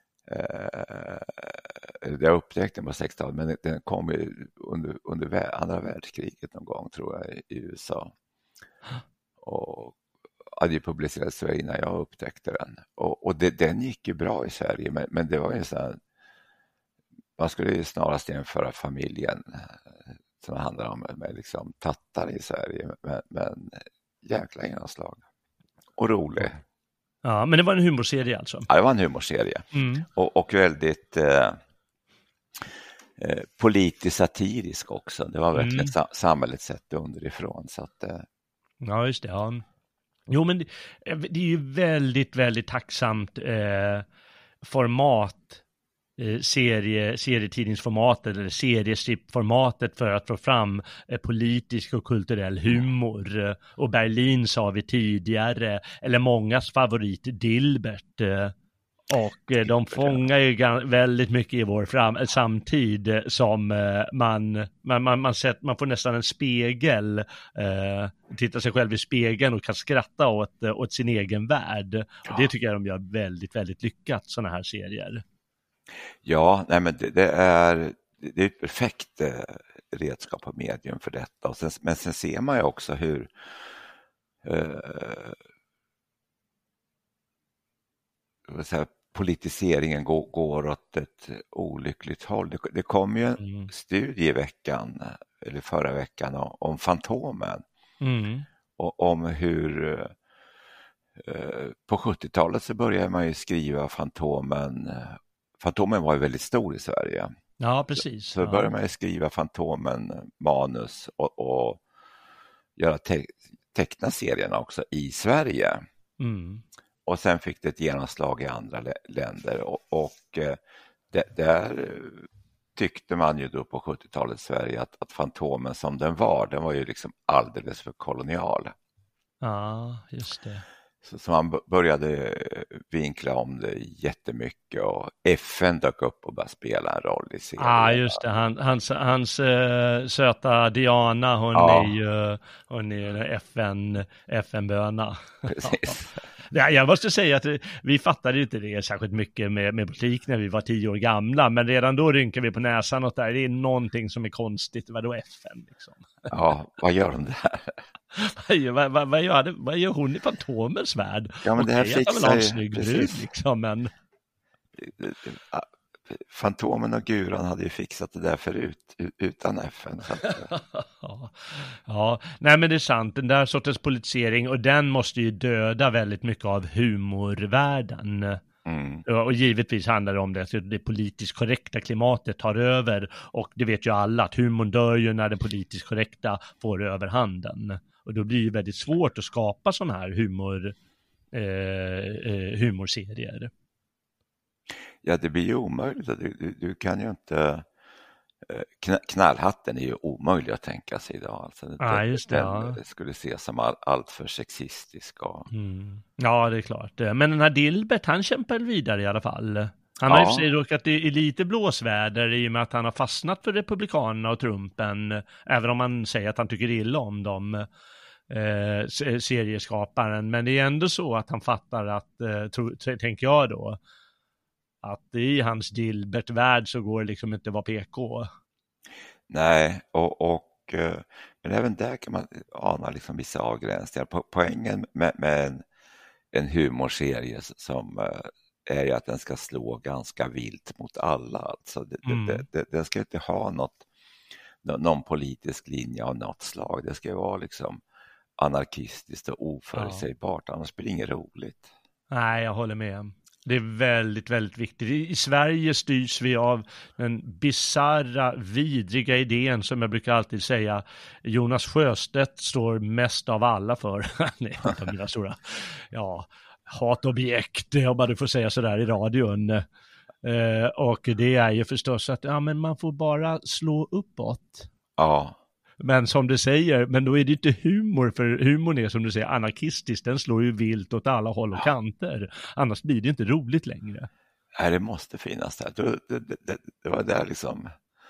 eh, det upptäckte på sextiotalet, men den kom ju under, under andra världskriget någon gång tror jag i U S A. Och hade publicerats innan jag upptäckte den. Och, och det, den gick ju bra i Sverige, men, men det var ju så här, man skulle ju snarast jämföra familjen som handlar om med liksom tattar i Sverige, men, men jäkla genomslag. Och rolig. Ja, men det var en humorserie alltså? Ja, det var en humorserie. Mm. Och, och väldigt eh, eh, politiskt satirisk också. Det var verkligen mm. sa- samhället sett underifrån. Så att, eh... Ja, just det. Ja. Jo, men det, det är ju väldigt, väldigt tacksamt eh, format, eh, serie, serietidningsformatet eller seriestrippformatet för att få fram eh, politisk och kulturell humor. Och Berlin sa vi tidigare, eller mångas favorit Dilbert. Eh, och eh, de fångar ju gan- väldigt mycket i vår fram- samtid som eh, man, man, man, man, sett, man får nästan en spegel, eh, titta sig själv i spegeln och kan skratta åt, åt sin egen värld. Ja. Och det tycker jag de gör väldigt, väldigt lyckat, sådana här serier. Ja, nej men det, det är det är ett perfekt eh, redskap och medium för detta. Och sen, men sen ser man ju också hur eh, vad säger, politiseringen går, går åt ett olyckligt håll. Det, det kom ju en mm. studie i veckan, eller förra veckan, om, om Fantomen. Mm. Och om hur eh, på sjuttiotalet så började man ju skriva Fantomen. Fantomen var ju väldigt stor i Sverige. Ja, precis. Så, så började man ju skriva Fantomen manus och, och göra te- teckna serierna också i Sverige. Mm. Och sen fick det ett genomslag i andra lä- länder och, och eh, det, där tyckte man ju då på sjuttiotalet i Sverige att, att Fantomen som den var, den var ju liksom alldeles för kolonial. Ja, just det. Så, så man började vinkla om det jättemycket och F N dök upp och började spela en roll i serien. Ja, ah, just det. Han, hans hans uh, söta Diana, hon ja. är ju hon är en F N, F N-böna. Precis. Ja, jag måste säga att vi fattade inte det särskilt mycket med, med musik när vi var tio år gamla, men redan då rynkar vi på näsan åt där. Det är någonting som är konstigt. Vad då F N liksom? Ja, vad gör de där? vad, vad, vad, gör det, vad gör hon i Fantomens värld? Ja, men det här Okej, fixar jag vill ha en snygg brud liksom, men... Fantomen och Guran hade ju fixat det där förut utan F N. ja. ja, nej men det är sant. Den där sortens politisering, och den måste ju döda väldigt mycket av humorvärlden. Mm. Och givetvis handlar det om det, att det politiskt korrekta klimatet tar över, och det vet ju alla att humorn dör ju när det politiskt korrekta får överhanden. Och då blir det väldigt svårt att skapa sån här humor, eh, eh, humorserier. Ja, det blir ju omöjligt. Du, du, du kan ju inte... Knallhatten är ju omöjlig att tänka sig idag. Alltså, ja, just det, den ja. skulle ses som all, allt för sexistisk. Och... Mm. Ja, det är klart. Men den här Dilbert, han kämpar vidare i alla fall. Han har ja. i och för sig råkat i lite blåsväder i och med att han har fastnat för Republikanerna och Trumpen, även om man säger att han tycker illa om dem, eh, serieskaparen. Men det är ändå så att han fattar att, eh, tro, t- tänker jag då, att i hans Dilbert-värld så går det liksom inte att vara P K. Nej, och, och men även där kan man ana liksom vissa avgränsningar. Poängen med, med en, en humorserie som är ju att den ska slå ganska vilt mot alla. Alltså det, mm. det, det, den ska inte ha något, någon politisk linje av något slag. Det ska vara liksom anarkistiskt och oförutsägbart, ja. Annars blir det inget roligt. Nej, jag håller med. Det är väldigt, väldigt viktigt. I Sverige styrs vi av den bizarra, vidriga idén som jag brukar alltid säga Jonas Sjöstedt står mest av alla för. Nej, inte mina stora. Ja, hatobjekt, om man får säga sådär i radion. Eh, och det är ju förstås att ja, men man får bara slå uppåt. Ja. Men som du säger, men då är det inte humor, för humorn är som du säger anarkistisk, den slår ju vilt åt alla håll och kanter. Annars blir det inte roligt längre. Nej, det måste finnas där. Det, det, det, det var där liksom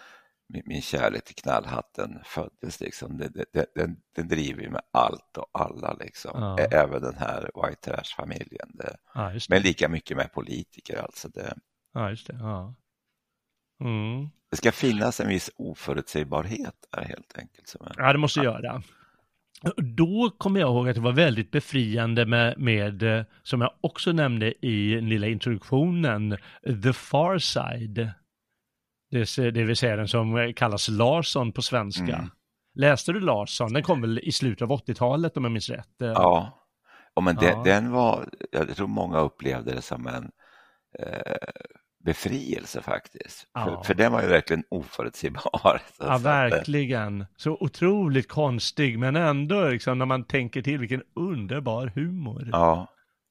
min, min kärlek till knallhatten föddes liksom. Det, det, det, den, den driver med allt och alla liksom. Ja. Även den här White Trash-familjen. Det, Ja, just det. men lika mycket med politiker alltså. Det, Ja, just det. Ja. Mm. det ska finnas en viss oförutsägbarhet där helt enkelt. Som är, Ja, det måste göra. Då kommer jag ihåg att det var väldigt befriande med, med, som jag också nämnde i den lilla introduktionen, The Far Side. Det, det vill säga den som kallas Larsson på svenska. Mm. Läste du Larsson? Den kom väl i slutet av åttiotalet om jag minns rätt? Ja, och men Ja. den, den var, jag tror många upplevde det som en eh, befrielse faktiskt. Ja. För, för den var ju verkligen oförutsägbar. Så, Ja, så att, verkligen. Så otroligt konstig, men ändå liksom, när man tänker till vilken underbar humor. ja,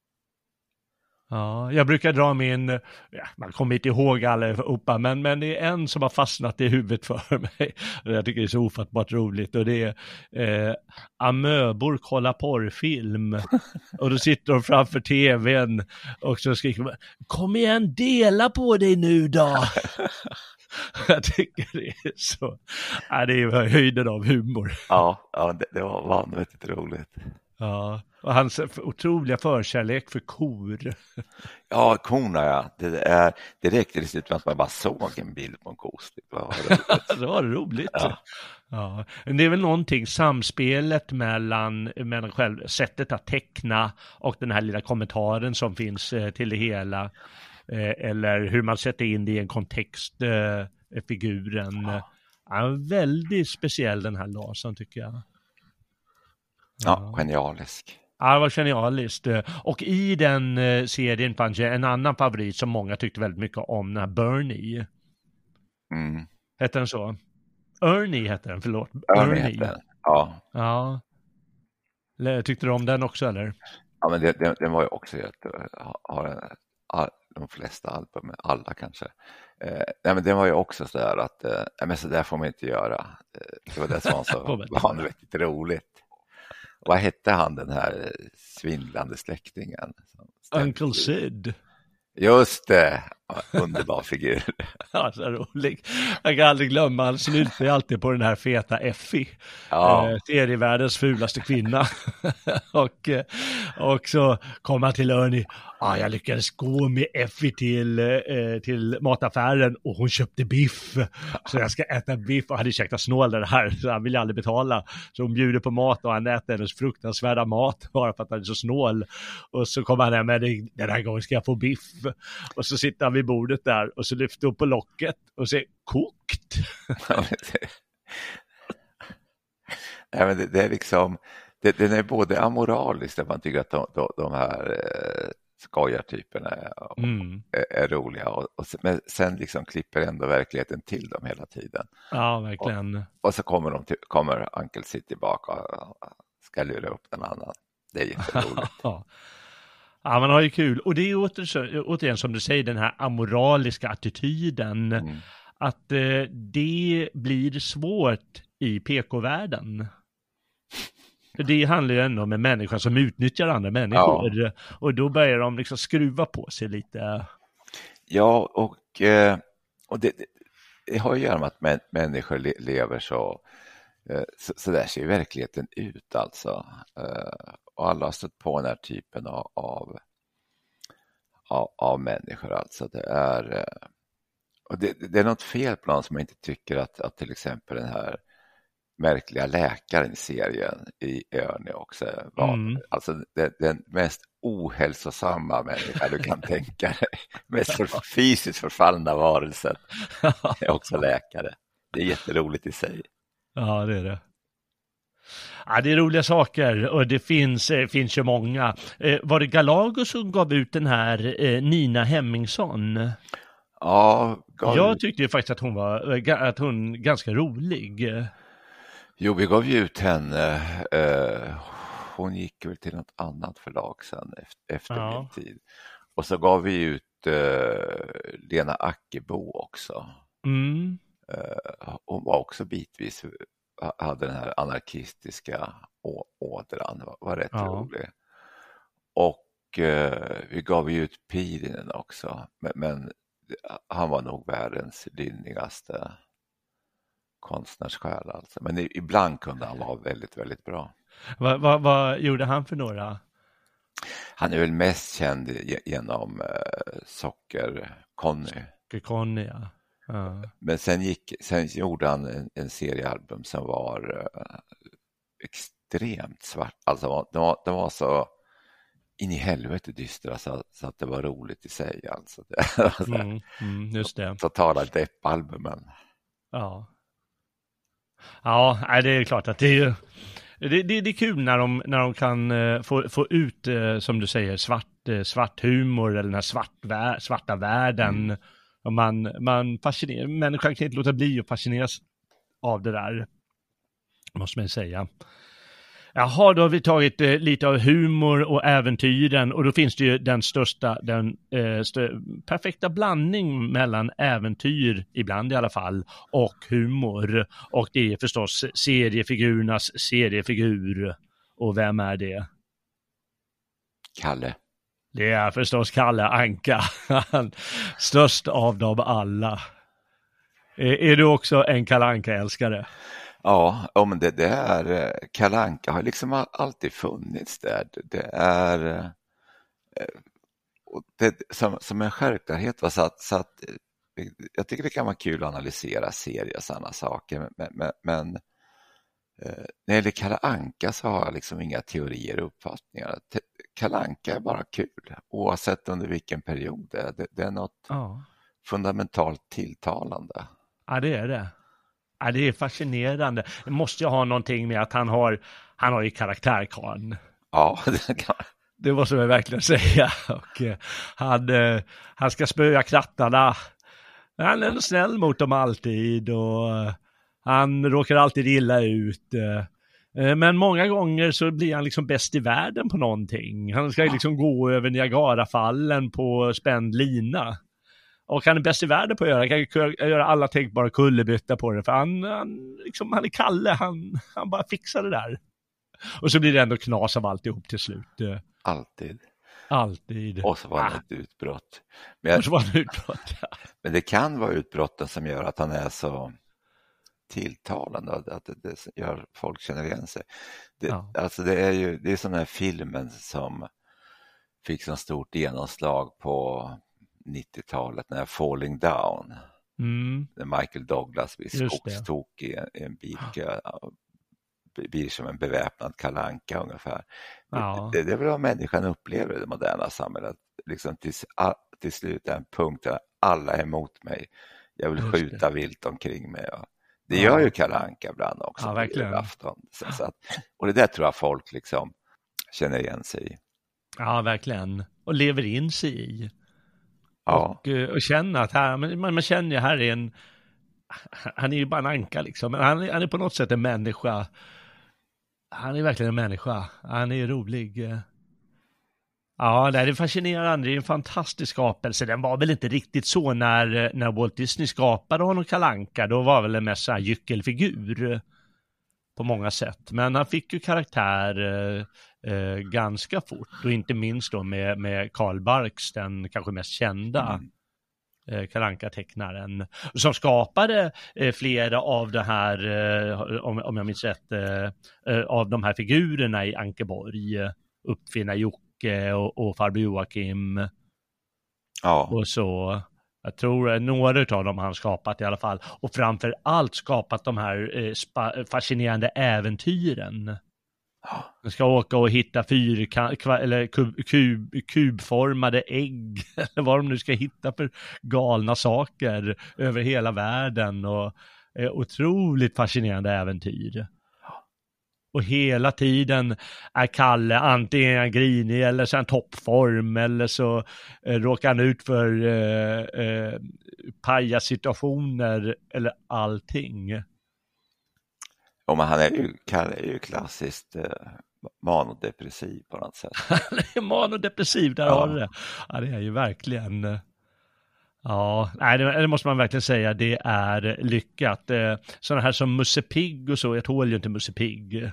Ja, jag brukar dra min, ja, man kommer inte ihåg allihopa, men, men det är en som har fastnat i huvudet för mig. Jag tycker det är så ofattbart roligt, och det är eh, amöbor kollar porrfilm. Och då sitter de framför tvn och så skriker de, kom igen, dela på dig nu då. Jag tycker det är så, ja, det är höjden av humor. ja, ja det, det var vanvettigt roligt. Ja, och hans otroliga förkärlek för kor. Ja, korna ja. Det, är, det räckte det ut med att man bara såg en bild på en kos. Det var roligt. Det var roligt. Ja. Ja. Det är väl någonting, samspelet mellan, mellan själv, sättet att teckna och den här lilla kommentaren som finns eh, till det hela. Eh, eller hur man sätter in det i en kontext, eh, figuren. Ja. Ja, väldigt speciell den här Larsson tycker jag. Ja, genialisk. Ja, det var genialiskt. Och i den eh, serien fanns en annan favorit som många tyckte väldigt mycket om, den här Bernie. Mm. Hette den så? Ernie hette den, förlåt. Ernie hette den. Ja. Ja. Le- Tyckte du om den också, eller? Ja, men det, det, den var ju också jätte, har en, all, de flesta album, alla kanske. Eh, nej, men den var ju också så där att eh, men så där får man inte göra. Eh, det var det som var så vanvettigt roligt. Vad hette han, den här svindlande släktingen? Uncle Sid. Just det, underbar figur. Ja, så rolig. Jag kan aldrig glömma, han slutar alltid på den här feta Effie. Ja. Eh, serievärldens fulaste kvinna. och, eh, och så kom han till Ernie. Ah, jag lyckades gå med Effie till, eh, till mataffären och hon köpte biff. Så jag ska äta biff, och hade käkat snål det här, så han ville aldrig betala. Så hon bjuder på mat och han äter hennes fruktansvärda mat bara för att han är så snål. Och så kommer han hem med, den här gången ska jag få biff. Och så sitter han vid bordet där och så lyfter upp på locket och säger kokt. Nej, men det, det är liksom, det, den är både amoralisk där man tycker att de, de, de här eh, skojartyperna är, Mm. är, är roliga och, och sen, men sen liksom klipper ändå verkligheten till dem hela tiden. Ja, verkligen. Och, och så kommer, de till, kommer Uncle Sid tillbaka och ska lura upp en annan. Det är jätteroligt. Ja. Ja, man har ju kul. Och det är åter, återigen som du säger, den här amoraliska attityden. Mm. Att eh, det blir svårt i P K-världen. För det handlar ju ändå om en människa som utnyttjar andra människor. Ja. Och då börjar de liksom skruva på sig lite. Ja, och, eh, och det, det har ju att göra med att mä, människor le, lever så, eh, så... Så där ser verkligheten ut alltså. Eh, och alla har stött på den här typen av, av, av, av människor alltså. Det är... Eh, och det, det är något fel på någon som inte tycker att, att till exempel den här märkliga läkaren i serien i Ernie också var mm. alltså den, den mest ohälsosamma människa du kan tänka dig. Mest för, fysiskt förfallna varelsen är också läkare. Det är jätteroligt i sig. Ja, det är det. Ja, det är roliga saker och det finns, eh, finns ju många. Eh, var det Galago som gav ut den här eh, Nina Hemmingsson? Ja, gav... Jag tyckte ju faktiskt att hon var att hon ganska rolig. Jo, vi gav ju ut henne. Eh, hon gick väl till något annat förlag sen efter, efter ja. min tid. Och så gav vi ut eh, Lena Ackebo också. Mm. Eh, hon var också bitvis, hade den här anarkistiska å- ådran, var, var rätt ja. rolig. Och eh, vi gav ju ut Pirinen också, men, men han var nog världens lynnigaste konstnärssjäl alltså. Men ibland kunde han vara väldigt, väldigt bra. Vad, vad, vad gjorde han för några? Han är väl mest känd genom uh, Socker Conny. Socker Conny, ja. Ja. Men sen, gick, sen gjorde han en, en seriealbum som var uh, extremt svart. Alltså de var, de var så in i helvete dystra så, så att det var roligt i sig. Alltså. Det, mm, mm, just det. Totala deppalbumen. Ja. Ja, det är klart att det är ju det, det, det är kul när de, när de kan uh, få, få ut, uh, som du säger, svart, uh, svart humor eller den här svart, svarta världen. Mm. Och man, man fascinerar, människan kan inte låta bli att fascineras av det där, måste man säga. Jaha, då har vi tagit eh, lite av humor och äventyren, och då finns det ju den största, den eh, stö- perfekta blandning mellan äventyr, ibland i alla fall, och humor. Och det är förstås seriefigurernas seriefigur. Och vem är det? Kalle. Det är förstås Kalle Anka. Störst av dem alla. Är, är du också en Kalle Anka-älskare? Ja, ja men det, det är Kalle Anka har liksom alltid funnits där. Det är det, som, som en självklarhet. Va? Så att, så att, jag tycker det kan vara kul att analysera serier och sådana saker. Men, men, men när det gäller Kalle Anka så har jag liksom inga teorier och uppfattningar. Kalle Anka är bara kul, oavsett under vilken period det är. Det, det är något ja. fundamentalt tilltalande. Ja, det är det. Ja, det är fascinerande. Det måste ju ha någonting med att han har, han har ju karaktärkarn. Ja, det kan det måste man verkligen säga. Och, uh, han, uh, han ska spöa krattarna. Han är snäll mot dem alltid och uh, han råkar alltid illa ut. Uh, men många gånger så blir han liksom bäst i världen på någonting. Han ska liksom gå över Niagarafallen på spänd lina. Och han är bäst i världen på att göra. Han kan göra alla tänkbara kullerbytta på det. För han, han, liksom, han är Kalle. Han, han bara fixar det där. Och så blir det ändå knas av alltihop till slut. Alltid. Alltid. Och så var det ah. ett utbrott. Men, jag, och så var det utbrott, ja. Men det kan vara utbrotten som gör att han är så tilltalande. Att det, det gör folk känner igen sig. Det, ja. Alltså det är ju det är sån här filmen som fick så stort genomslag på nittiotalet, när Falling Down, mm. när Michael Douglas blir skogstok i en, en bil, blir som en beväpnad Kalle Anka ungefär. Ja. Det, det är väl vad människan upplever i det moderna samhället. Liksom till, till slut är en punkt där alla är emot mig. Jag vill Just skjuta det. vilt omkring mig. Och det ja. gör ju Kalle Anka ibland också. Ja, verkligen. Afton. Så, så att, och det där tror jag folk liksom känner igen sig i. Ja, verkligen. Och lever in sig i. Ja. Och, och känna att här, man, man känner ju här är en, han är ju bara en anka liksom, men han, han är på något sätt en människa. Han är verkligen en människa. Han är rolig. Ja, det är fascinerande. Det är en fantastisk skapelse. Den var väl inte riktigt så när, när Walt Disney skapade honom Kalle Anka. Då var väl en mest en gyckelfigur på många sätt. Men han fick ju karaktär eh, eh, ganska fort. Och inte minst då med, med Carl Barks, den kanske mest kända mm. eh, Kalle Anka-tecknaren. Som skapade eh, flera av det här, eh, om, om jag minns rätt, eh, eh, av de här figurerna i Ankeborg. Uppfinna Jocke och, och farbror Joakim. Ja. Och så... Jag tror några av dem har han skapat i alla fall. Och framför allt skapat de här eh, spa- fascinerande äventyren. Man ska åka och hitta fyrka- eller kub- kub- kubformade ägg. Eller vad de nu ska hitta för galna saker över hela världen. Och eh, otroligt fascinerande äventyr. Och hela tiden är Kalle antingen grinig eller så en toppform, eller så eh, råkar han ut för eh, eh, pajasituationer eller allting. Ja, men han är ju, Kalle är ju klassiskt eh, manodepressiv på något sätt. Han är manodepressiv, där ja. har du det. Ja, det är ju verkligen... Eh, Ja, nej, det, det måste man verkligen säga, det är lyckat. Eh, sådana här som Musse Pigg och så, jag tål ju inte Musse Pigg.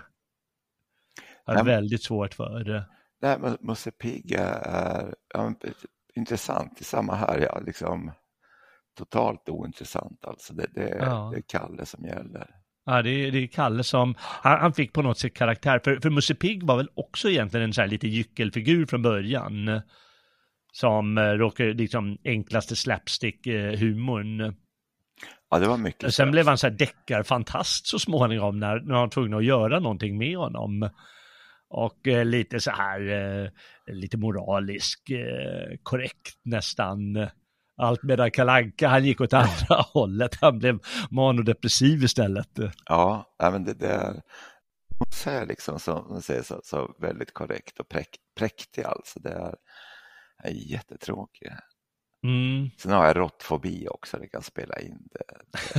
Jag är väldigt svårt för det. Nej, men Musse Pigg är ja, intressant i samma här. Ja, liksom, totalt ointressant alltså. Det, det, Ja. det är Kalle som gäller. Ja, det är, det är Kalle som, han, han fick på något sätt karaktär, för, för Musse Pigg var väl också egentligen en så här lite gyckelfigur från början, som eh, råkade liksom enklaste slapstick-humorn. Ja, det var mycket. Sen blev han så här deckarfantast så småningom när, när han var tvungen att göra någonting med honom. Och eh, lite så här, eh, lite moralisk, eh, korrekt nästan. Allt medan Kalle Anka, han gick åt andra hållet. Han blev manodepressiv istället. Ja, men det där hon säger liksom som hon säger så, så väldigt korrekt och präk, präktig alltså. Det är, är jättetråkigt. Mm. Sen har jag råttfobi också, det kan spela in det.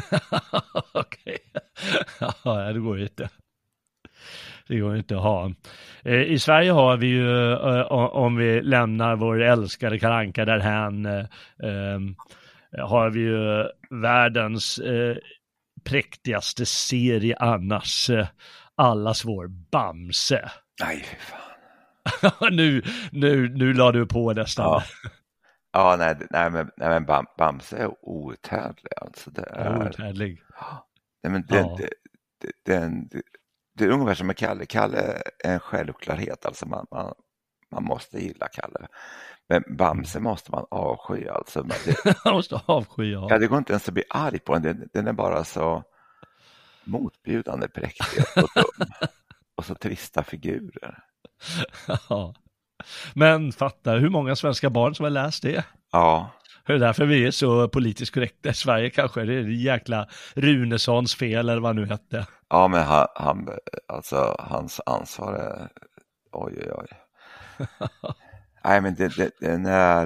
Okej. Ja, det går ju inte. Det går inte att ha. I Sverige har vi ju, om vi lämnar vår älskade Kalle Anka därhän, har vi ju världens präktigaste serie annars. Allas vår Bamse. Nej, fy fan. nu, nu, nu la du på nästan. Ja. Ja, nej, nej, men, nej, men Bam, Bamse är outhärdlig. Alltså det är, outhärdlig. Nej, men det, Ja. det, det, det, det, det är ungefär som med Kalle. Kalle är en självklarhet. Alltså man, man, man måste gilla Kalle. Men Bamse måste man avsky. Alltså. Det, Man måste avsky, ja. ja, det går inte ens att bli arg på den. Den, den är bara så motbjudande präktig och dum. Och så trista figurer. Ja. Men fatta hur många svenska barn som har läst det. Ja. Det är därför vi är så politiskt korrekta i Sverige kanske. Det är det jäkla Runesons fel eller vad nu hette. Ja, men han, han, alltså, hans ansvar är... Oj, oj, oj. Nej, men det, det, den är...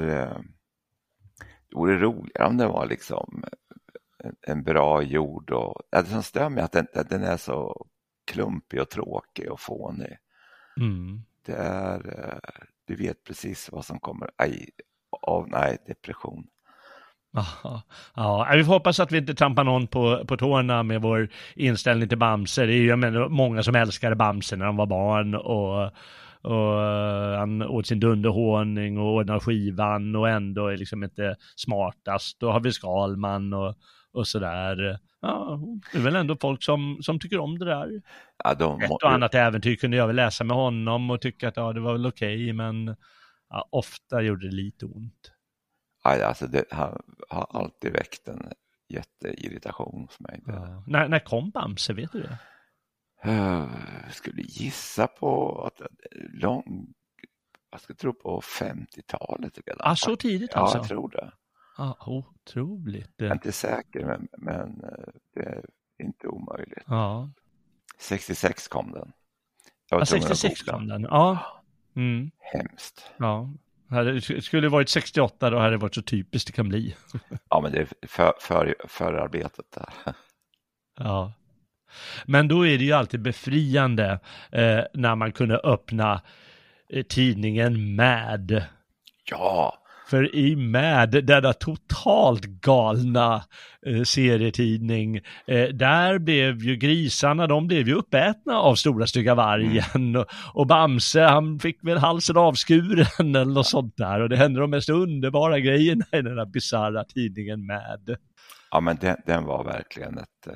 Det vore roligare om det var liksom en, en bra jord. Och, det som stör mig att den, den är så klumpig och tråkig och fånig. Mm. Det är... Du vet precis vad som kommer. Aj, av, nej, depression. Aha. Ja, vi får hoppas att vi inte trampar någon på, på tårna med vår inställning till Bamse. Det är ju jag menar, många som älskade Bamse när de var barn och, och han åt sin dunderhonung och ordnade skivan och ändå är liksom inte smartast. Då har vi Skalman och, och sådär. Ja, det är väl ändå folk som, som tycker om det där. Ja, de, Ett och annat äventyr kunde jag väl läsa med honom och tycka att ja, det var väl okej, men ja, ofta gjorde det lite ont. Alltså det har, har alltid väckt en jätteirritation hos mig. Ja. När, när kom Bamse, vet du det? Jag skulle gissa på att lång, jag skulle tro på femtiotalet. Ah, så tidigt alltså? Ja, jag tror det. Ah, otroligt. Jag är inte säker, men, men det är inte omöjligt. Ja. sextiosex kom den. Jag var Ja, tvungen att sextiosex googla. kom den. Ja. Mm. Hemskt. Ja. Det skulle det varit sextioåtta, då hade det varit så typiskt det kan bli. Ja, men det är för, för, förarbetet där. Ja. Men då är det ju alltid befriande eh, när man kunde öppna eh, tidningen Mad. Ja. För i Mad, denna totalt galna eh, serietidning, eh, där blev ju grisarna, de blev ju uppätna av stora stygga vargen. Mm. Och, och Bamse, han fick väl halsen avskuren eller något sånt där. Och det hände de mest underbara grejerna i den här bizarra tidningen Mad. Ja, men den, den var verkligen ett...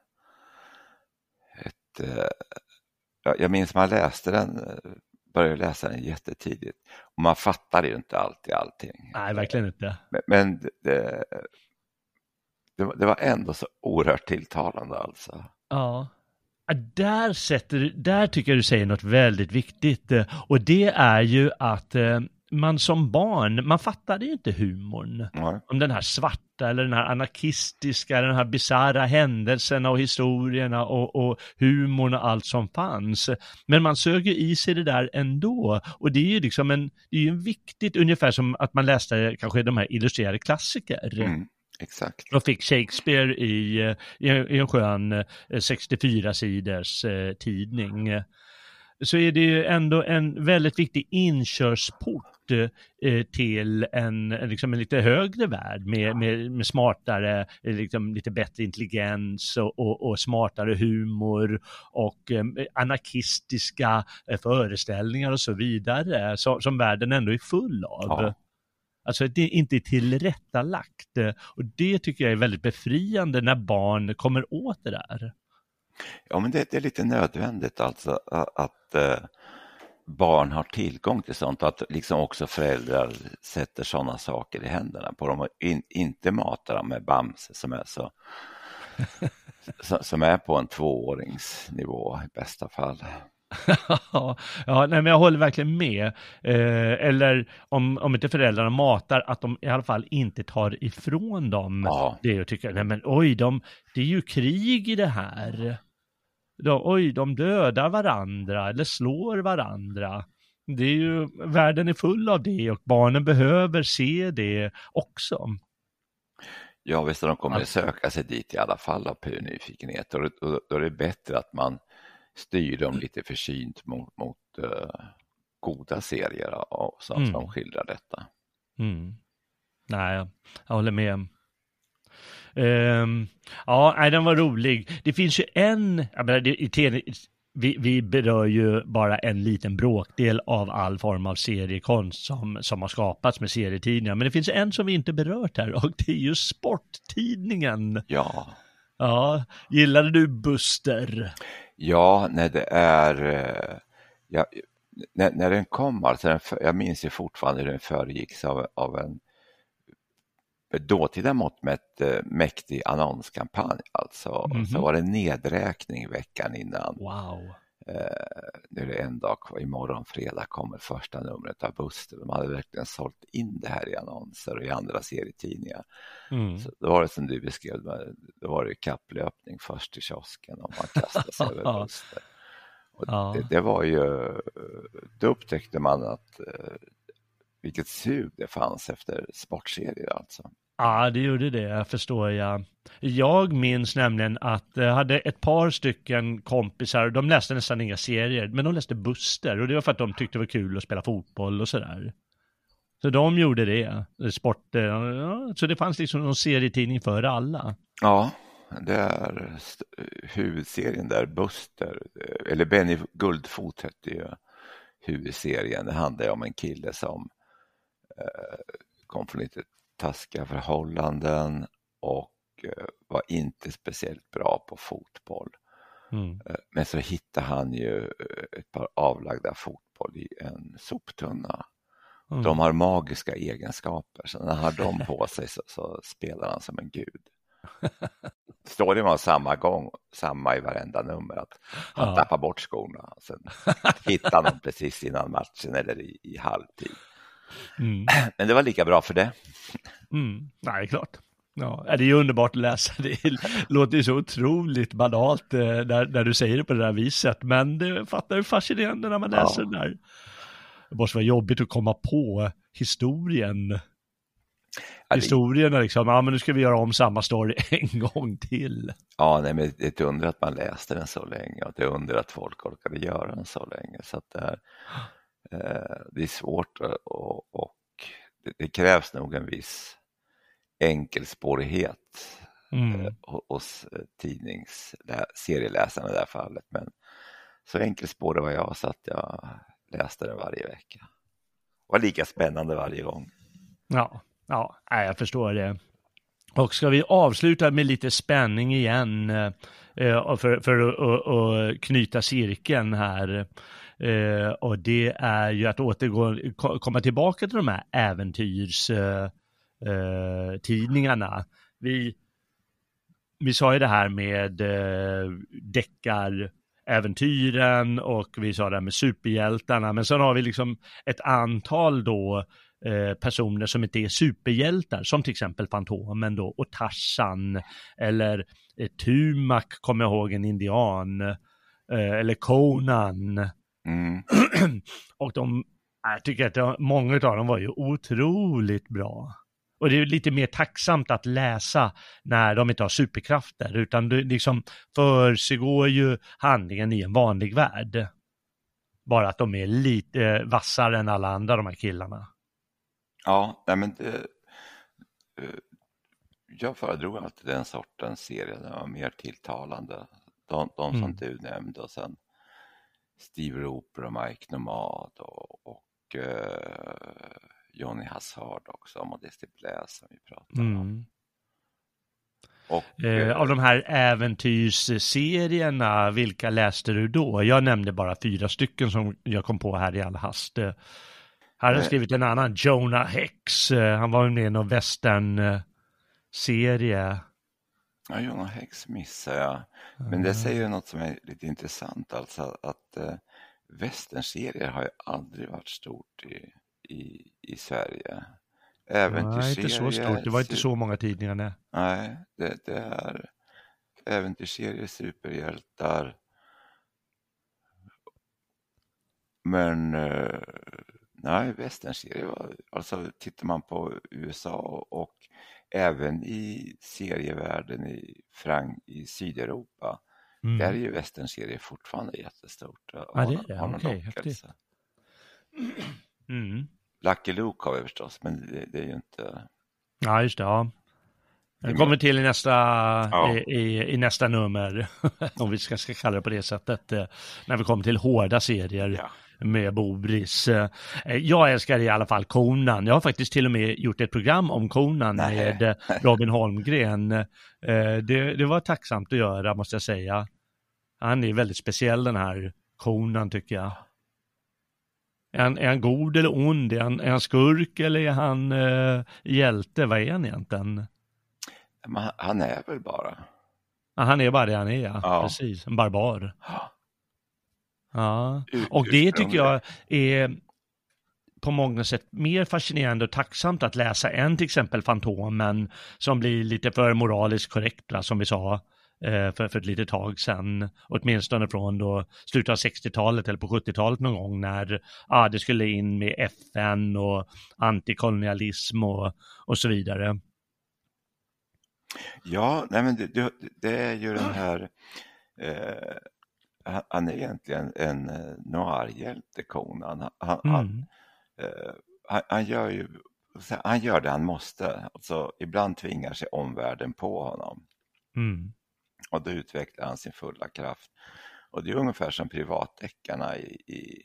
ett jag minns man läste den... började läsa den jättetidigt. Och man fattade ju inte alltid allting. Nej, verkligen inte. Men, men det, det, det var ändå så oerhört tilltalande alltså. Ja. Där, sätter, där tycker jag du säger något väldigt viktigt. Och det är ju att man som barn, man fattade ju inte humorn. Nej. Om den här svarta eller den här anarkistiska, den här bizarra händelserna och historierna och, och humorn och allt som fanns. Men man sög ju i sig det där ändå. Och det är ju liksom en, det är ju en viktigt, ungefär som att man läste kanske de här illustrerade klassiker. Mm. Exakt. Och fick Shakespeare i, i, i en skön sextiofyra sidors eh, tidning. Så är det ju ändå en väldigt viktig inkörsport eh, till en, liksom en lite högre värld med, med, med smartare, liksom lite bättre intelligens och, och, och smartare humor och eh, anarkistiska eh, föreställningar och så vidare som, som världen ändå är full av. Ja. Alltså det är inte tillrättalagt. Och det tycker jag är väldigt befriande när barn kommer åt det där. Ja, men det, det är lite nödvändigt alltså att, att eh, barn har tillgång till sånt, att liksom också föräldrar sätter sådana saker i händerna på dem och in, inte matar dem med Bamse som är så som är på en tvååringsnivå i bästa fall. Ja, nej, men jag håller verkligen med. Eh, eller om, om inte föräldrarna matar, att de i alla fall inte tar ifrån dem Ja. det. Jag tycker, nej men oj, de, det är ju krig i det här. De, oj, de dödar varandra eller slår varandra. Det är ju, världen är full av det och barnen behöver se det också. Ja, visst, de kommer att söka sig dit i alla fall av pur nyfikenhet. Och då, då är det bättre att man styr dem lite försynt mot, mot uh, goda serier och så, mm. som skildrar detta. Mm. Nej, jag, jag håller med. Um, ja, nej, den var rolig. Det finns ju en, jag menar, det, i tv, vi, vi berör ju bara en liten bråkdel av all form av seriekonst som, som har skapats med serietidningar. Men det finns en som vi inte berört här och det är ju sporttidningen. Ja. Ja, gillade du Buster? Ja, när det är... Ja, när, när den kom, alltså den, jag minns ju fortfarande hur den föregicks av, av en dåtida mått med ett mäktig annonskampanj. Alltså. Mm-hmm. Så var det nedräkning veckan innan. Wow. Eh, nu är det en dag kvar, imorgon fredag kommer första numret av Buster. De hade verkligen sålt in det här i annonser och i andra serietidningar. Mm. Så då var det som du beskrev, då var det kapplöpning först i kiosken och man kastade sig över Buster. Och ja. det, det var ju, då upptäckte man att vilket sug det fanns efter sportserier alltså. Ja, det gjorde det, jag förstår jag. Jag minns nämligen att jag hade ett par stycken kompisar, de läste nästan inga serier, men de läste Buster och det var för att de tyckte det var kul att spela fotboll och sådär. Så de gjorde det, sport, ja, så det fanns liksom någon serietidning för alla. Ja, det är huvudserien där, Buster, eller Benny Guldfot hette ju huvudserien. Det handlar om en kille som eh, kom från lite taskiga förhållanden och eh, var inte speciellt bra på fotboll. Mm. Eh, men så hittade han ju ett par avlagda fotboll i en soptunna. Mm. De har magiska egenskaper, så när han har dem på sig så, så spelar han som en gud. Storyn var samma gång, samma i varenda nummer, att han ja. tappar bort skorna. Sen hittar han dem precis innan matchen eller i, i halvtid. Mm. Men det var lika bra för det. Mm. Nej, klart. Ja, det är ju underbart att läsa. Det låter ju så otroligt banalt när, när du säger det på det där viset. Men det fattar ju fascinerande när man läser ja. det där. Det måste vara jobbigt att komma på historien. Ja, det... Historien är liksom, ja men nu ska vi göra om samma story en gång till. Ja, nej, men det är ett under att man läste den så länge och det är under att folk orkade göra den så länge. Så att det är, eh, det är svårt och, och det, det krävs nog en viss enkelspårighet mm. eh, hos tidnings serieläsarna i det här fallet. Men så enkelspårig var jag så att jag läste den varje vecka. Det var lika spännande varje gång. Ja, ja, jag förstår det. Och ska vi avsluta med lite spänning igen eh, för, för att, att knyta cirkeln här. Eh, och det är ju att återgå, komma tillbaka till de här äventyrstidningarna. Eh, vi, vi sa ju det här med eh, deckar äventyren och vi sa det här med superhjältarna, men sen har vi liksom ett antal då eh, personer som inte är superhjältar, som till exempel Fantomen då och Tarzan eller eh, Tumak, kommer jag ihåg, en indian, eh, eller Conan. Mm. Och de, jag tycker att de, många av dem var ju otroligt bra. Och det är lite mer tacksamt att läsa när de inte har superkrafter, utan det liksom försiggår ju handlingen i en vanlig värld. Bara att de är lite vassare än alla andra, de här killarna. Ja, nej men det, jag föredrog alltid den sortens serie. Den var mer tilltalande. De, de som mm. du nämnde och sen Steve Roper och Mike Nomad och, och Johnny Hazard också, Modesty Blaise som vi pratade om. Mm. Och, eh, av de här äventyrsserierna, vilka läste du då? Jag nämnde bara fyra stycken som jag kom på här i all hast. Eh, här har jag skrivit en annan, Jonah Hex. Eh, han var med i någon western-serie. Ja, Jonah Hex missar jag. Men det säger något som är lite intressant, alltså att eh, västernserier har ju aldrig varit stort i, i, i Sverige. Nej, inte så stort. Det var inte så många tidningar. Nej, nej det, det är äventyrsserier, superhjältar. Men eh, nej, västernserier var, alltså tittar man på U S A och även i serievärlden i, Frank, i Sydeuropa, mm. där är ju västernserier fortfarande jättestort. Ja, det är det. Okej, häftigt. Mm. Lucky Luke har vi förstås, men det, det är ju inte... Ja, just det. Ja. Den kommer till i nästa, ja. i, i, i nästa nummer, om vi ska, ska kalla det på det sättet, när vi kommer till hårda serier. Ja. Med Bobris. Jag älskar i alla fall Conan. Jag har faktiskt till och med gjort ett program om Conan Nej. med Robin Holmgren. Det, det var tacksamt att göra, måste jag säga. Han är väldigt speciell, den här Conan, tycker jag. Är han, är han god eller ond? Är han, är han skurk eller är han uh, hjälte? Vad är han egentligen? Men han är väl bara. Ja, han är bara det han är, ja. Ja. Precis. En barbar. Ja, och det tycker jag är på många sätt mer fascinerande och tacksamt att läsa än till exempel Fantomen, som blir lite för moraliskt korrekt, som vi sa för, för ett litet tag sedan, åtminstone från då slutet av sextiotalet eller på sjuttiotalet någon gång, när ah, det skulle in med F N och antikolonialism och, och så vidare. Ja, nej men det, det, det är ju den här eh... han är egentligen en noir-hjälte, Conan. Han, mm. han, eh, han, han gör ju han gör det han måste. Alltså, ibland tvingar sig omvärlden på honom. Mm. Och då utvecklar han sin fulla kraft. Och det är ungefär som privatdeckarna i, i,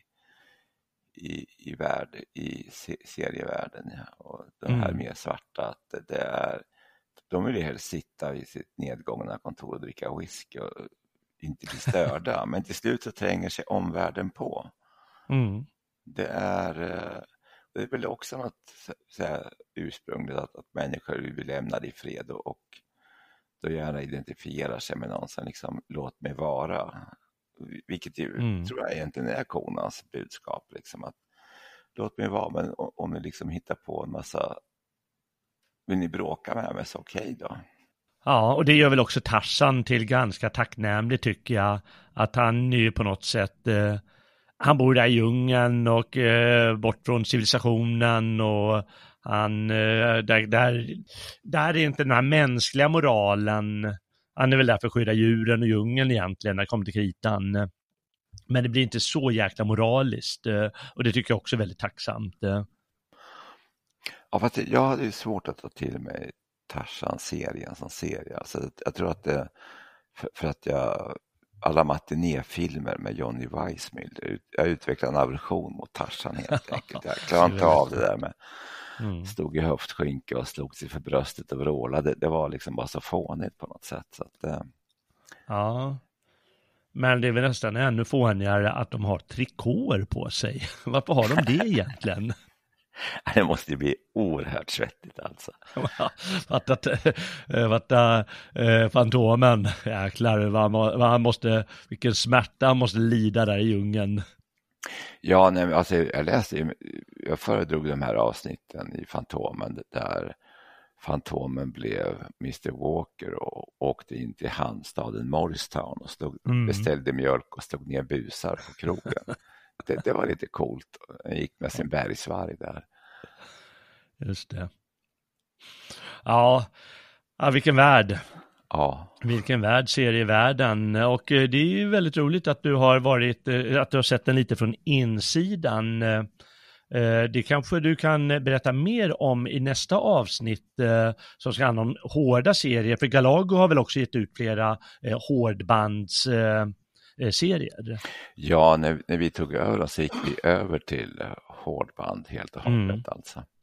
i, i, värld, i serievärlden. Ja. Och de här mm. mer svarta, att det är, de vill ju helst sitta i sitt nedgångna kontor och dricka whisky och inte bli störda, men till slut så tränger sig omvärlden på. Mm. Det är det är väl också något så här, ursprungligt att, att människor vill lämna det i fred och, och då gärna identifierar sig med någon som liksom låt mig vara, vilket ju mm. tror jag egentligen är Conans budskap, liksom att låt mig vara, men om ni liksom hittar på en massa, vill ni bråka med mig, så okej okay då. Ja, och det gör väl också Tarzan till ganska tacknämligt, tycker jag. Att han är ju på något sätt, eh, han bor där i djungeln och eh, bort från civilisationen, och han, eh, där, där, där är inte den här mänskliga moralen. Han är väl där för att skydda djuren och djungeln egentligen när det kommer till kritan. Men det blir inte så jäkla moraliskt, eh, och det tycker jag också är väldigt tacksamt. Eh. Ja, fast jag hade ju svårt att ta till mig Tarzan-serien som serie. Alltså, jag tror att det för, för att jag alla matinéfilmer med Johnny Weissmuller, jag utvecklade en aversion mot Tarzan helt enkelt. Jag klarade inte av det där med mm. stod i höftskynke och slog sig för bröstet och vrålade. Det var liksom bara så fånigt på något sätt. Så att, eh. Ja, men det är väl nästan ännu fånigare att de har trikåer på sig. Varför har de det egentligen? Det måste ju bli oerhört svettigt alltså. Fattat, fatta eh, Fantomen, jäklar vad, vad han måste, vilken smärta han måste lida där i djungeln. Ja, nej, alltså jag läste, jag föredrog de här avsnitten i Fantomen där Fantomen blev mister Walker och åkte in till hamnstaden Morristown och stod, mm. beställde mjölk och stod ner busar på krogen. Det, det var lite coolt. Han gick med sin bergsvarg där. Just det. Ja, ja vilken värld. Ja. Vilken värld ser i världen. Och det är ju väldigt roligt att du har varit, att du har sett den lite från insidan. Det kanske du kan berätta mer om i nästa avsnitt som ska handla om hårda serier. För Galago har väl också gett ut flera hårdbands serier. Ja, när, när vi tog över så gick vi över till hårdband helt och hållet. Mm. Alltså.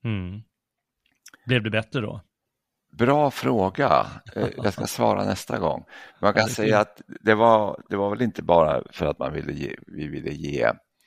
Mm. Blev det bättre då? Bra fråga. Jag ska svara nästa gång. Man kan säga att det var, det var väl inte bara för att man ville ge, vi ville ge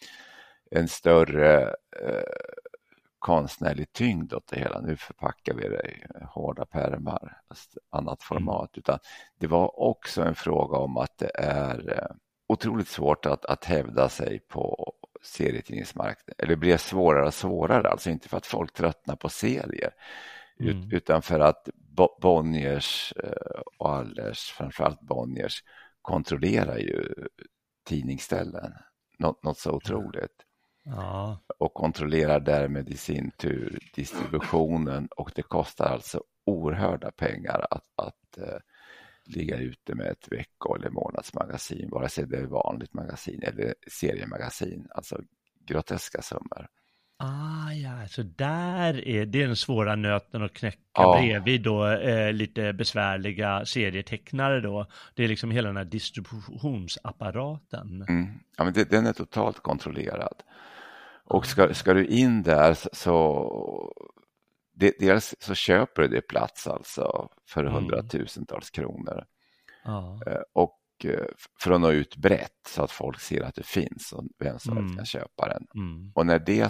en större eh, konstnärlig tyngd åt det hela. Nu förpackar vi det i hårda pärmar, annat format. Mm. Utan det var också en fråga om att det är eh, otroligt svårt att, att hävda sig på serietidningsmarknaden. Eller det blir svårare och svårare. Alltså inte för att folk tröttnar på serier. Mm. Utan för att Bonniers och Allers, framförallt Bonniers, kontrollerar ju tidningsställen. Något, något så otroligt. Ja. Och kontrollerar därmed i sin tur distributionen, och det kostar alltså oerhörda pengar att, att uh, ligga ute med ett vecko- eller månadsmagasin, vare sig det är vanligt magasin eller seriemagasin, alltså groteska summor. Ah ja, så där är det den svåra nöten att knäcka ja. bredvid då eh, lite besvärliga serietecknare då. Det är liksom hela den här distributionsapparaten. Mm. Ja, men det, den är totalt kontrollerad. Och ska, ska du in där så, så det, dels så köper du det plats alltså för mm. hundratusentals kronor. Ja. Eh, och för att nå ut brett så att folk ser att det finns och vem som mm. kan köpa den. Mm. Och när det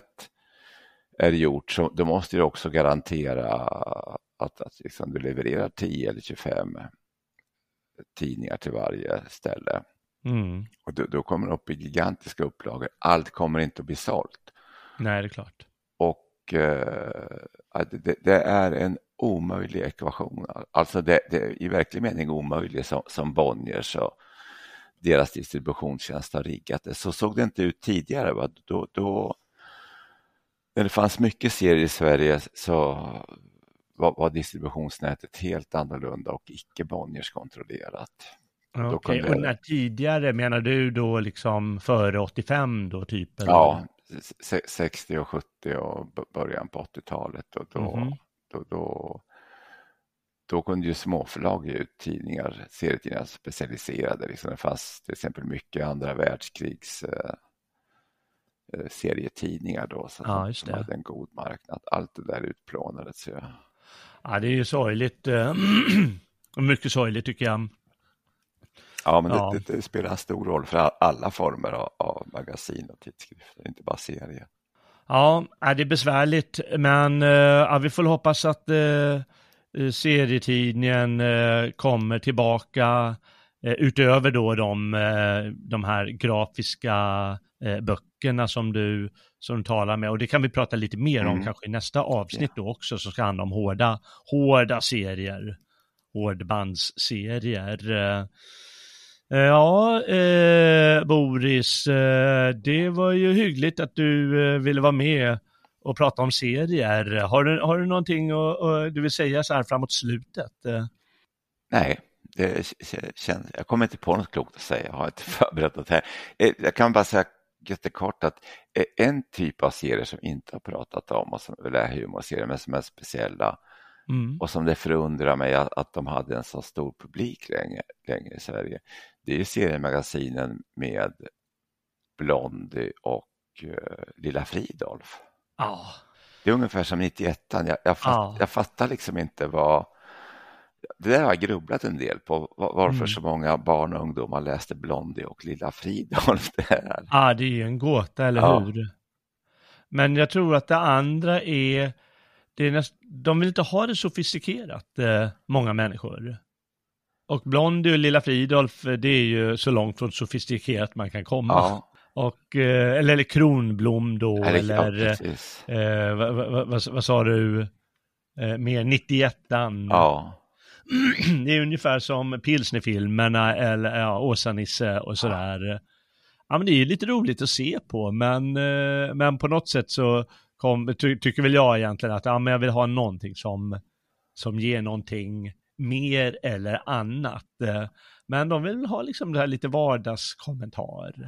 är gjort så då måste du också garantera att, att liksom du levererar tio eller tjugofem tidningar till varje ställe. Mm. Och då, då kommer det upp i gigantiska upplagor. Allt kommer inte att bli sålt. Nej, det är klart. Och eh, det, det är en omöjlig ekvation. Alltså det, det är i verklig mening omöjlig som, som Bonniers och deras distributionstjänst har riggat det. Så såg det inte ut tidigare. Va? Då, då, när det fanns mycket serier i Sverige så var, var distributionsnätet helt annorlunda och icke Bonniers kontrollerat. Okej, okay. det... Och när tidigare menar du då liksom före åttiofem då typ? Eller? Ja, sextio och sjuttio och början på åttiotalet. Och då, mm-hmm. då, då, då kunde ju småförlag ge ut tidningar, serietidningar specialiserade. Liksom det fanns till exempel mycket andra världskrigs eh, serietidningar då, så ja, som hade en god marknad. Allt det där utplånades. Så. Ja, det är ju sorgligt. Mycket sorgligt tycker jag. Ja, men ja. Det, det, det spelar en stor roll för alla former av, av magasin och tidskrifter, inte bara serier. Ja, det är besvärligt, men ja, vi får hoppas att eh, serietidningen eh, kommer tillbaka eh, utöver då de, eh, de här grafiska eh, böckerna som du, som du talar med. Och det kan vi prata lite mer om mm. kanske i nästa avsnitt då också, som ska handla om hårda, hårda serier, hårdbandsserier. Eh, Ja, eh, Boris, eh, det var ju hyggligt att du eh, ville vara med och prata om serier. Har du, har du någonting att, och du vill säga så här framåt slutet? Eh? Nej, det känns, jag kommer inte på något klokt att säga. Jag har inte förberett något här. Jag kan bara säga jättekort att en typ av serier som inte har pratat om och som är humorserier men som är speciella mm. och som det förundrar mig att, att de hade en så stor publik länge, länge i Sverige. Det är seriemagasinen med Blondie och uh, Lilla Fridolf. Ja. Det är ungefär som nittioett. Jag, jag, fatt, ja. jag fattar liksom inte vad... Det där har jag grubblat en del på. Varför mm. så många barn och ungdomar läste Blondie och Lilla Fridolf. Det ja, det är ju en gåta, eller ja. hur? Men jag tror att det andra är... Det är näst, de vill inte ha det sofistikerat, eh, många människor. Och Blondie och Lilla Fridolf, det är ju så långt från sofistikerat man kan komma. Ja. Och, eh, eller, eller Kronblom då, eller, eller ja, eh, vad, vad, vad, vad sa du, eh, mer nittioettan. Ja. Det är ungefär som Pilsnerfilmerna eller ja, Åsa-Nisse och sådär. Ja. Ja, men det är ju lite roligt att se på, men, eh, men på något sätt så kom, ty, tycker väl jag egentligen att ja, men jag vill ha någonting som, som ger någonting mer eller annat. Men de vill ha liksom det här lite vardagskommentar.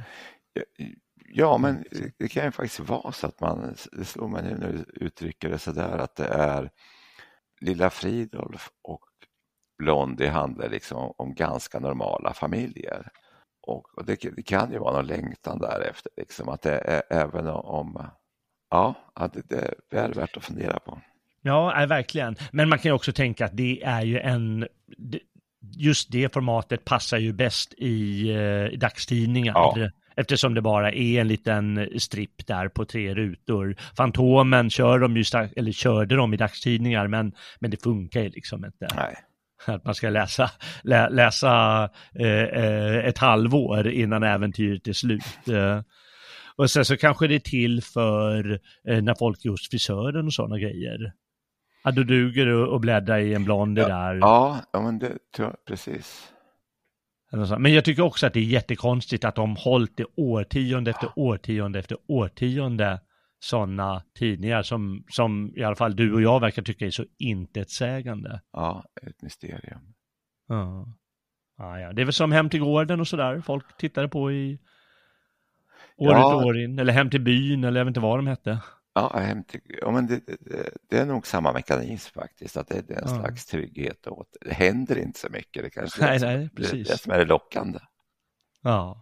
Ja, men det kan ju faktiskt vara så att man, det slår man nu när du uttrycker det så där, att det är Lilla Fridolf och Blondie handlar liksom om ganska normala familjer. Och, och det, det kan ju vara någon längtan därefter, liksom, att det är även om Ja, det, det är väl värt att fundera på. Ja, verkligen. Men man kan ju också tänka att det är ju en... Just det formatet passar ju bäst i, i dagstidningar. Ja. Eftersom det bara är en liten stripp där på tre rutor. Fantomen kör de ju, eller körde de i dagstidningar, men, men det funkar ju liksom inte. Nej. Att man ska läsa, lä, läsa eh, ett halvår innan äventyret är slut. Eh, och sen så kanske det är till för eh, när folk är hos frisören och sådana grejer. Ja, då duger du och bläddra i en blond ja, där. Ja, men det tror jag precis. Men jag tycker också att det är jättekonstigt att de hållit det årtionde efter årtionde efter årtionde sådana tidningar som, som i alla fall du och jag verkar tycka är så intetsägande. Ja, ett mysterium. Ja. Ja, ja. Det är väl som Hem till gården och sådär. Folk tittade på i år ja. ut år in. Eller Hem till byn, eller jag vet inte vad de hette. Ja, hem till, ja men det, det, det är nog samma mekanism faktiskt. Att det, det är en ja. slags trygghet åt. Det händer inte så mycket. Det kanske nej, är nej, det, precis. det som är det lockande. Ja.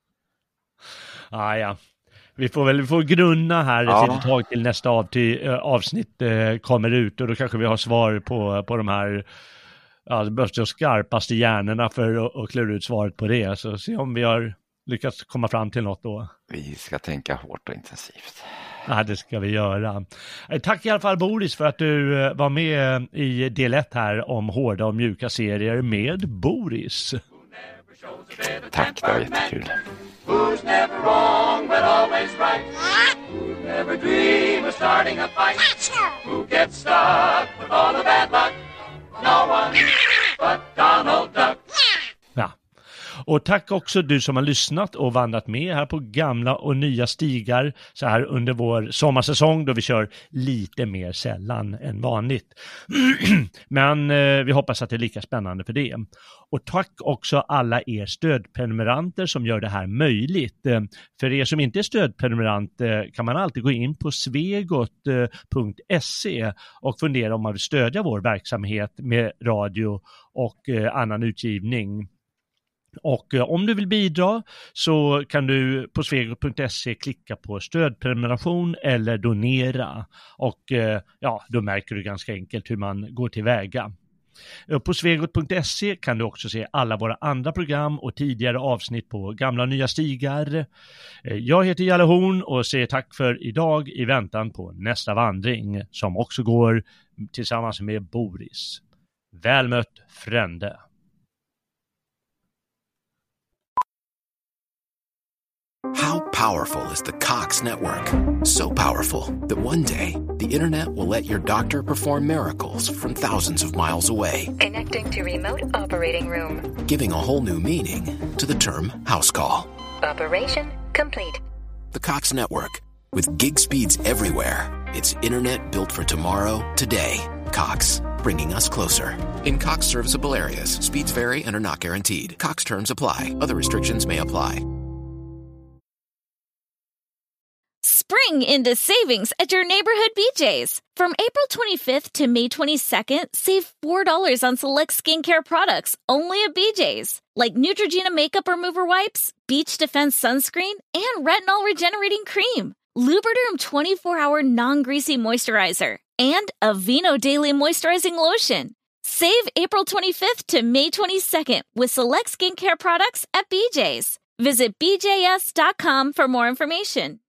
Ah, ja. Vi får väl vi får grunna här ja. ett litet tag till nästa av, till, äh, avsnitt äh, kommer ut. Och då kanske vi har svar på, på de här ja, det behövs de skarpaste hjärnorna för att, att klura ut svaret på det. Så se om vi har lyckats komma fram till något då. Vi ska tänka hårt och intensivt. Ja, det ska vi göra. Tack i alla fall Boris för att du var med i del ett här om hårda och mjuka serier med Boris. Tack, det var jättekul. Who's never wrong but always right? Who never dream of starting a fight? Who gets stuck with all the bad luck? No one but Donald Duck. Ja. Och tack också du som har lyssnat och vandrat med här på gamla och nya stigar så här under vår sommarsäsong då vi kör lite mer sällan än vanligt. Men eh, vi hoppas att det är lika spännande för det. Och tack också alla er stödprenumeranter som gör det här möjligt. Eh, för er som inte är stödprenumerant eh, kan man alltid gå in på svegot punkt se och fundera om man vill stödja vår verksamhet med radio och eh, annan utgivning. Och eh, om du vill bidra så kan du på svegot punkt se klicka på stödprenumeration eller donera. Och eh, ja, då märker du ganska enkelt hur man går tillväga. På svegot punkt se kan du också se alla våra andra program och tidigare avsnitt på gamla och nya stigar. Jag heter Jalle Horn och säger tack för idag i väntan på nästa vandring som också går tillsammans med Boris. Väl mött frände. How powerful is the Cox network? So powerful that one day the internet will let your doctor perform miracles from thousands of miles away. Connecting to remote operating room. Giving a whole new meaning to the term house call. Operation complete. The Cox network. With gig speeds everywhere. It's internet built for tomorrow, today. Cox. Bringing us closer. In Cox serviceable areas, speeds vary and are not guaranteed. Cox terms apply. Other restrictions may apply. Spring into savings at your neighborhood B J's. From April twenty-fifth to May twenty-second, save four dollars on select skincare products only at B J's. Like Neutrogena Makeup Remover Wipes, Beach Defense Sunscreen, and Retinol Regenerating Cream. Lubriderm twenty-four hour non-greasy moisturizer. And Aveeno Daily Moisturizing Lotion. Save April twenty-fifth to May twenty-second with select skincare products at B J's. Visit B J S dot com for more information.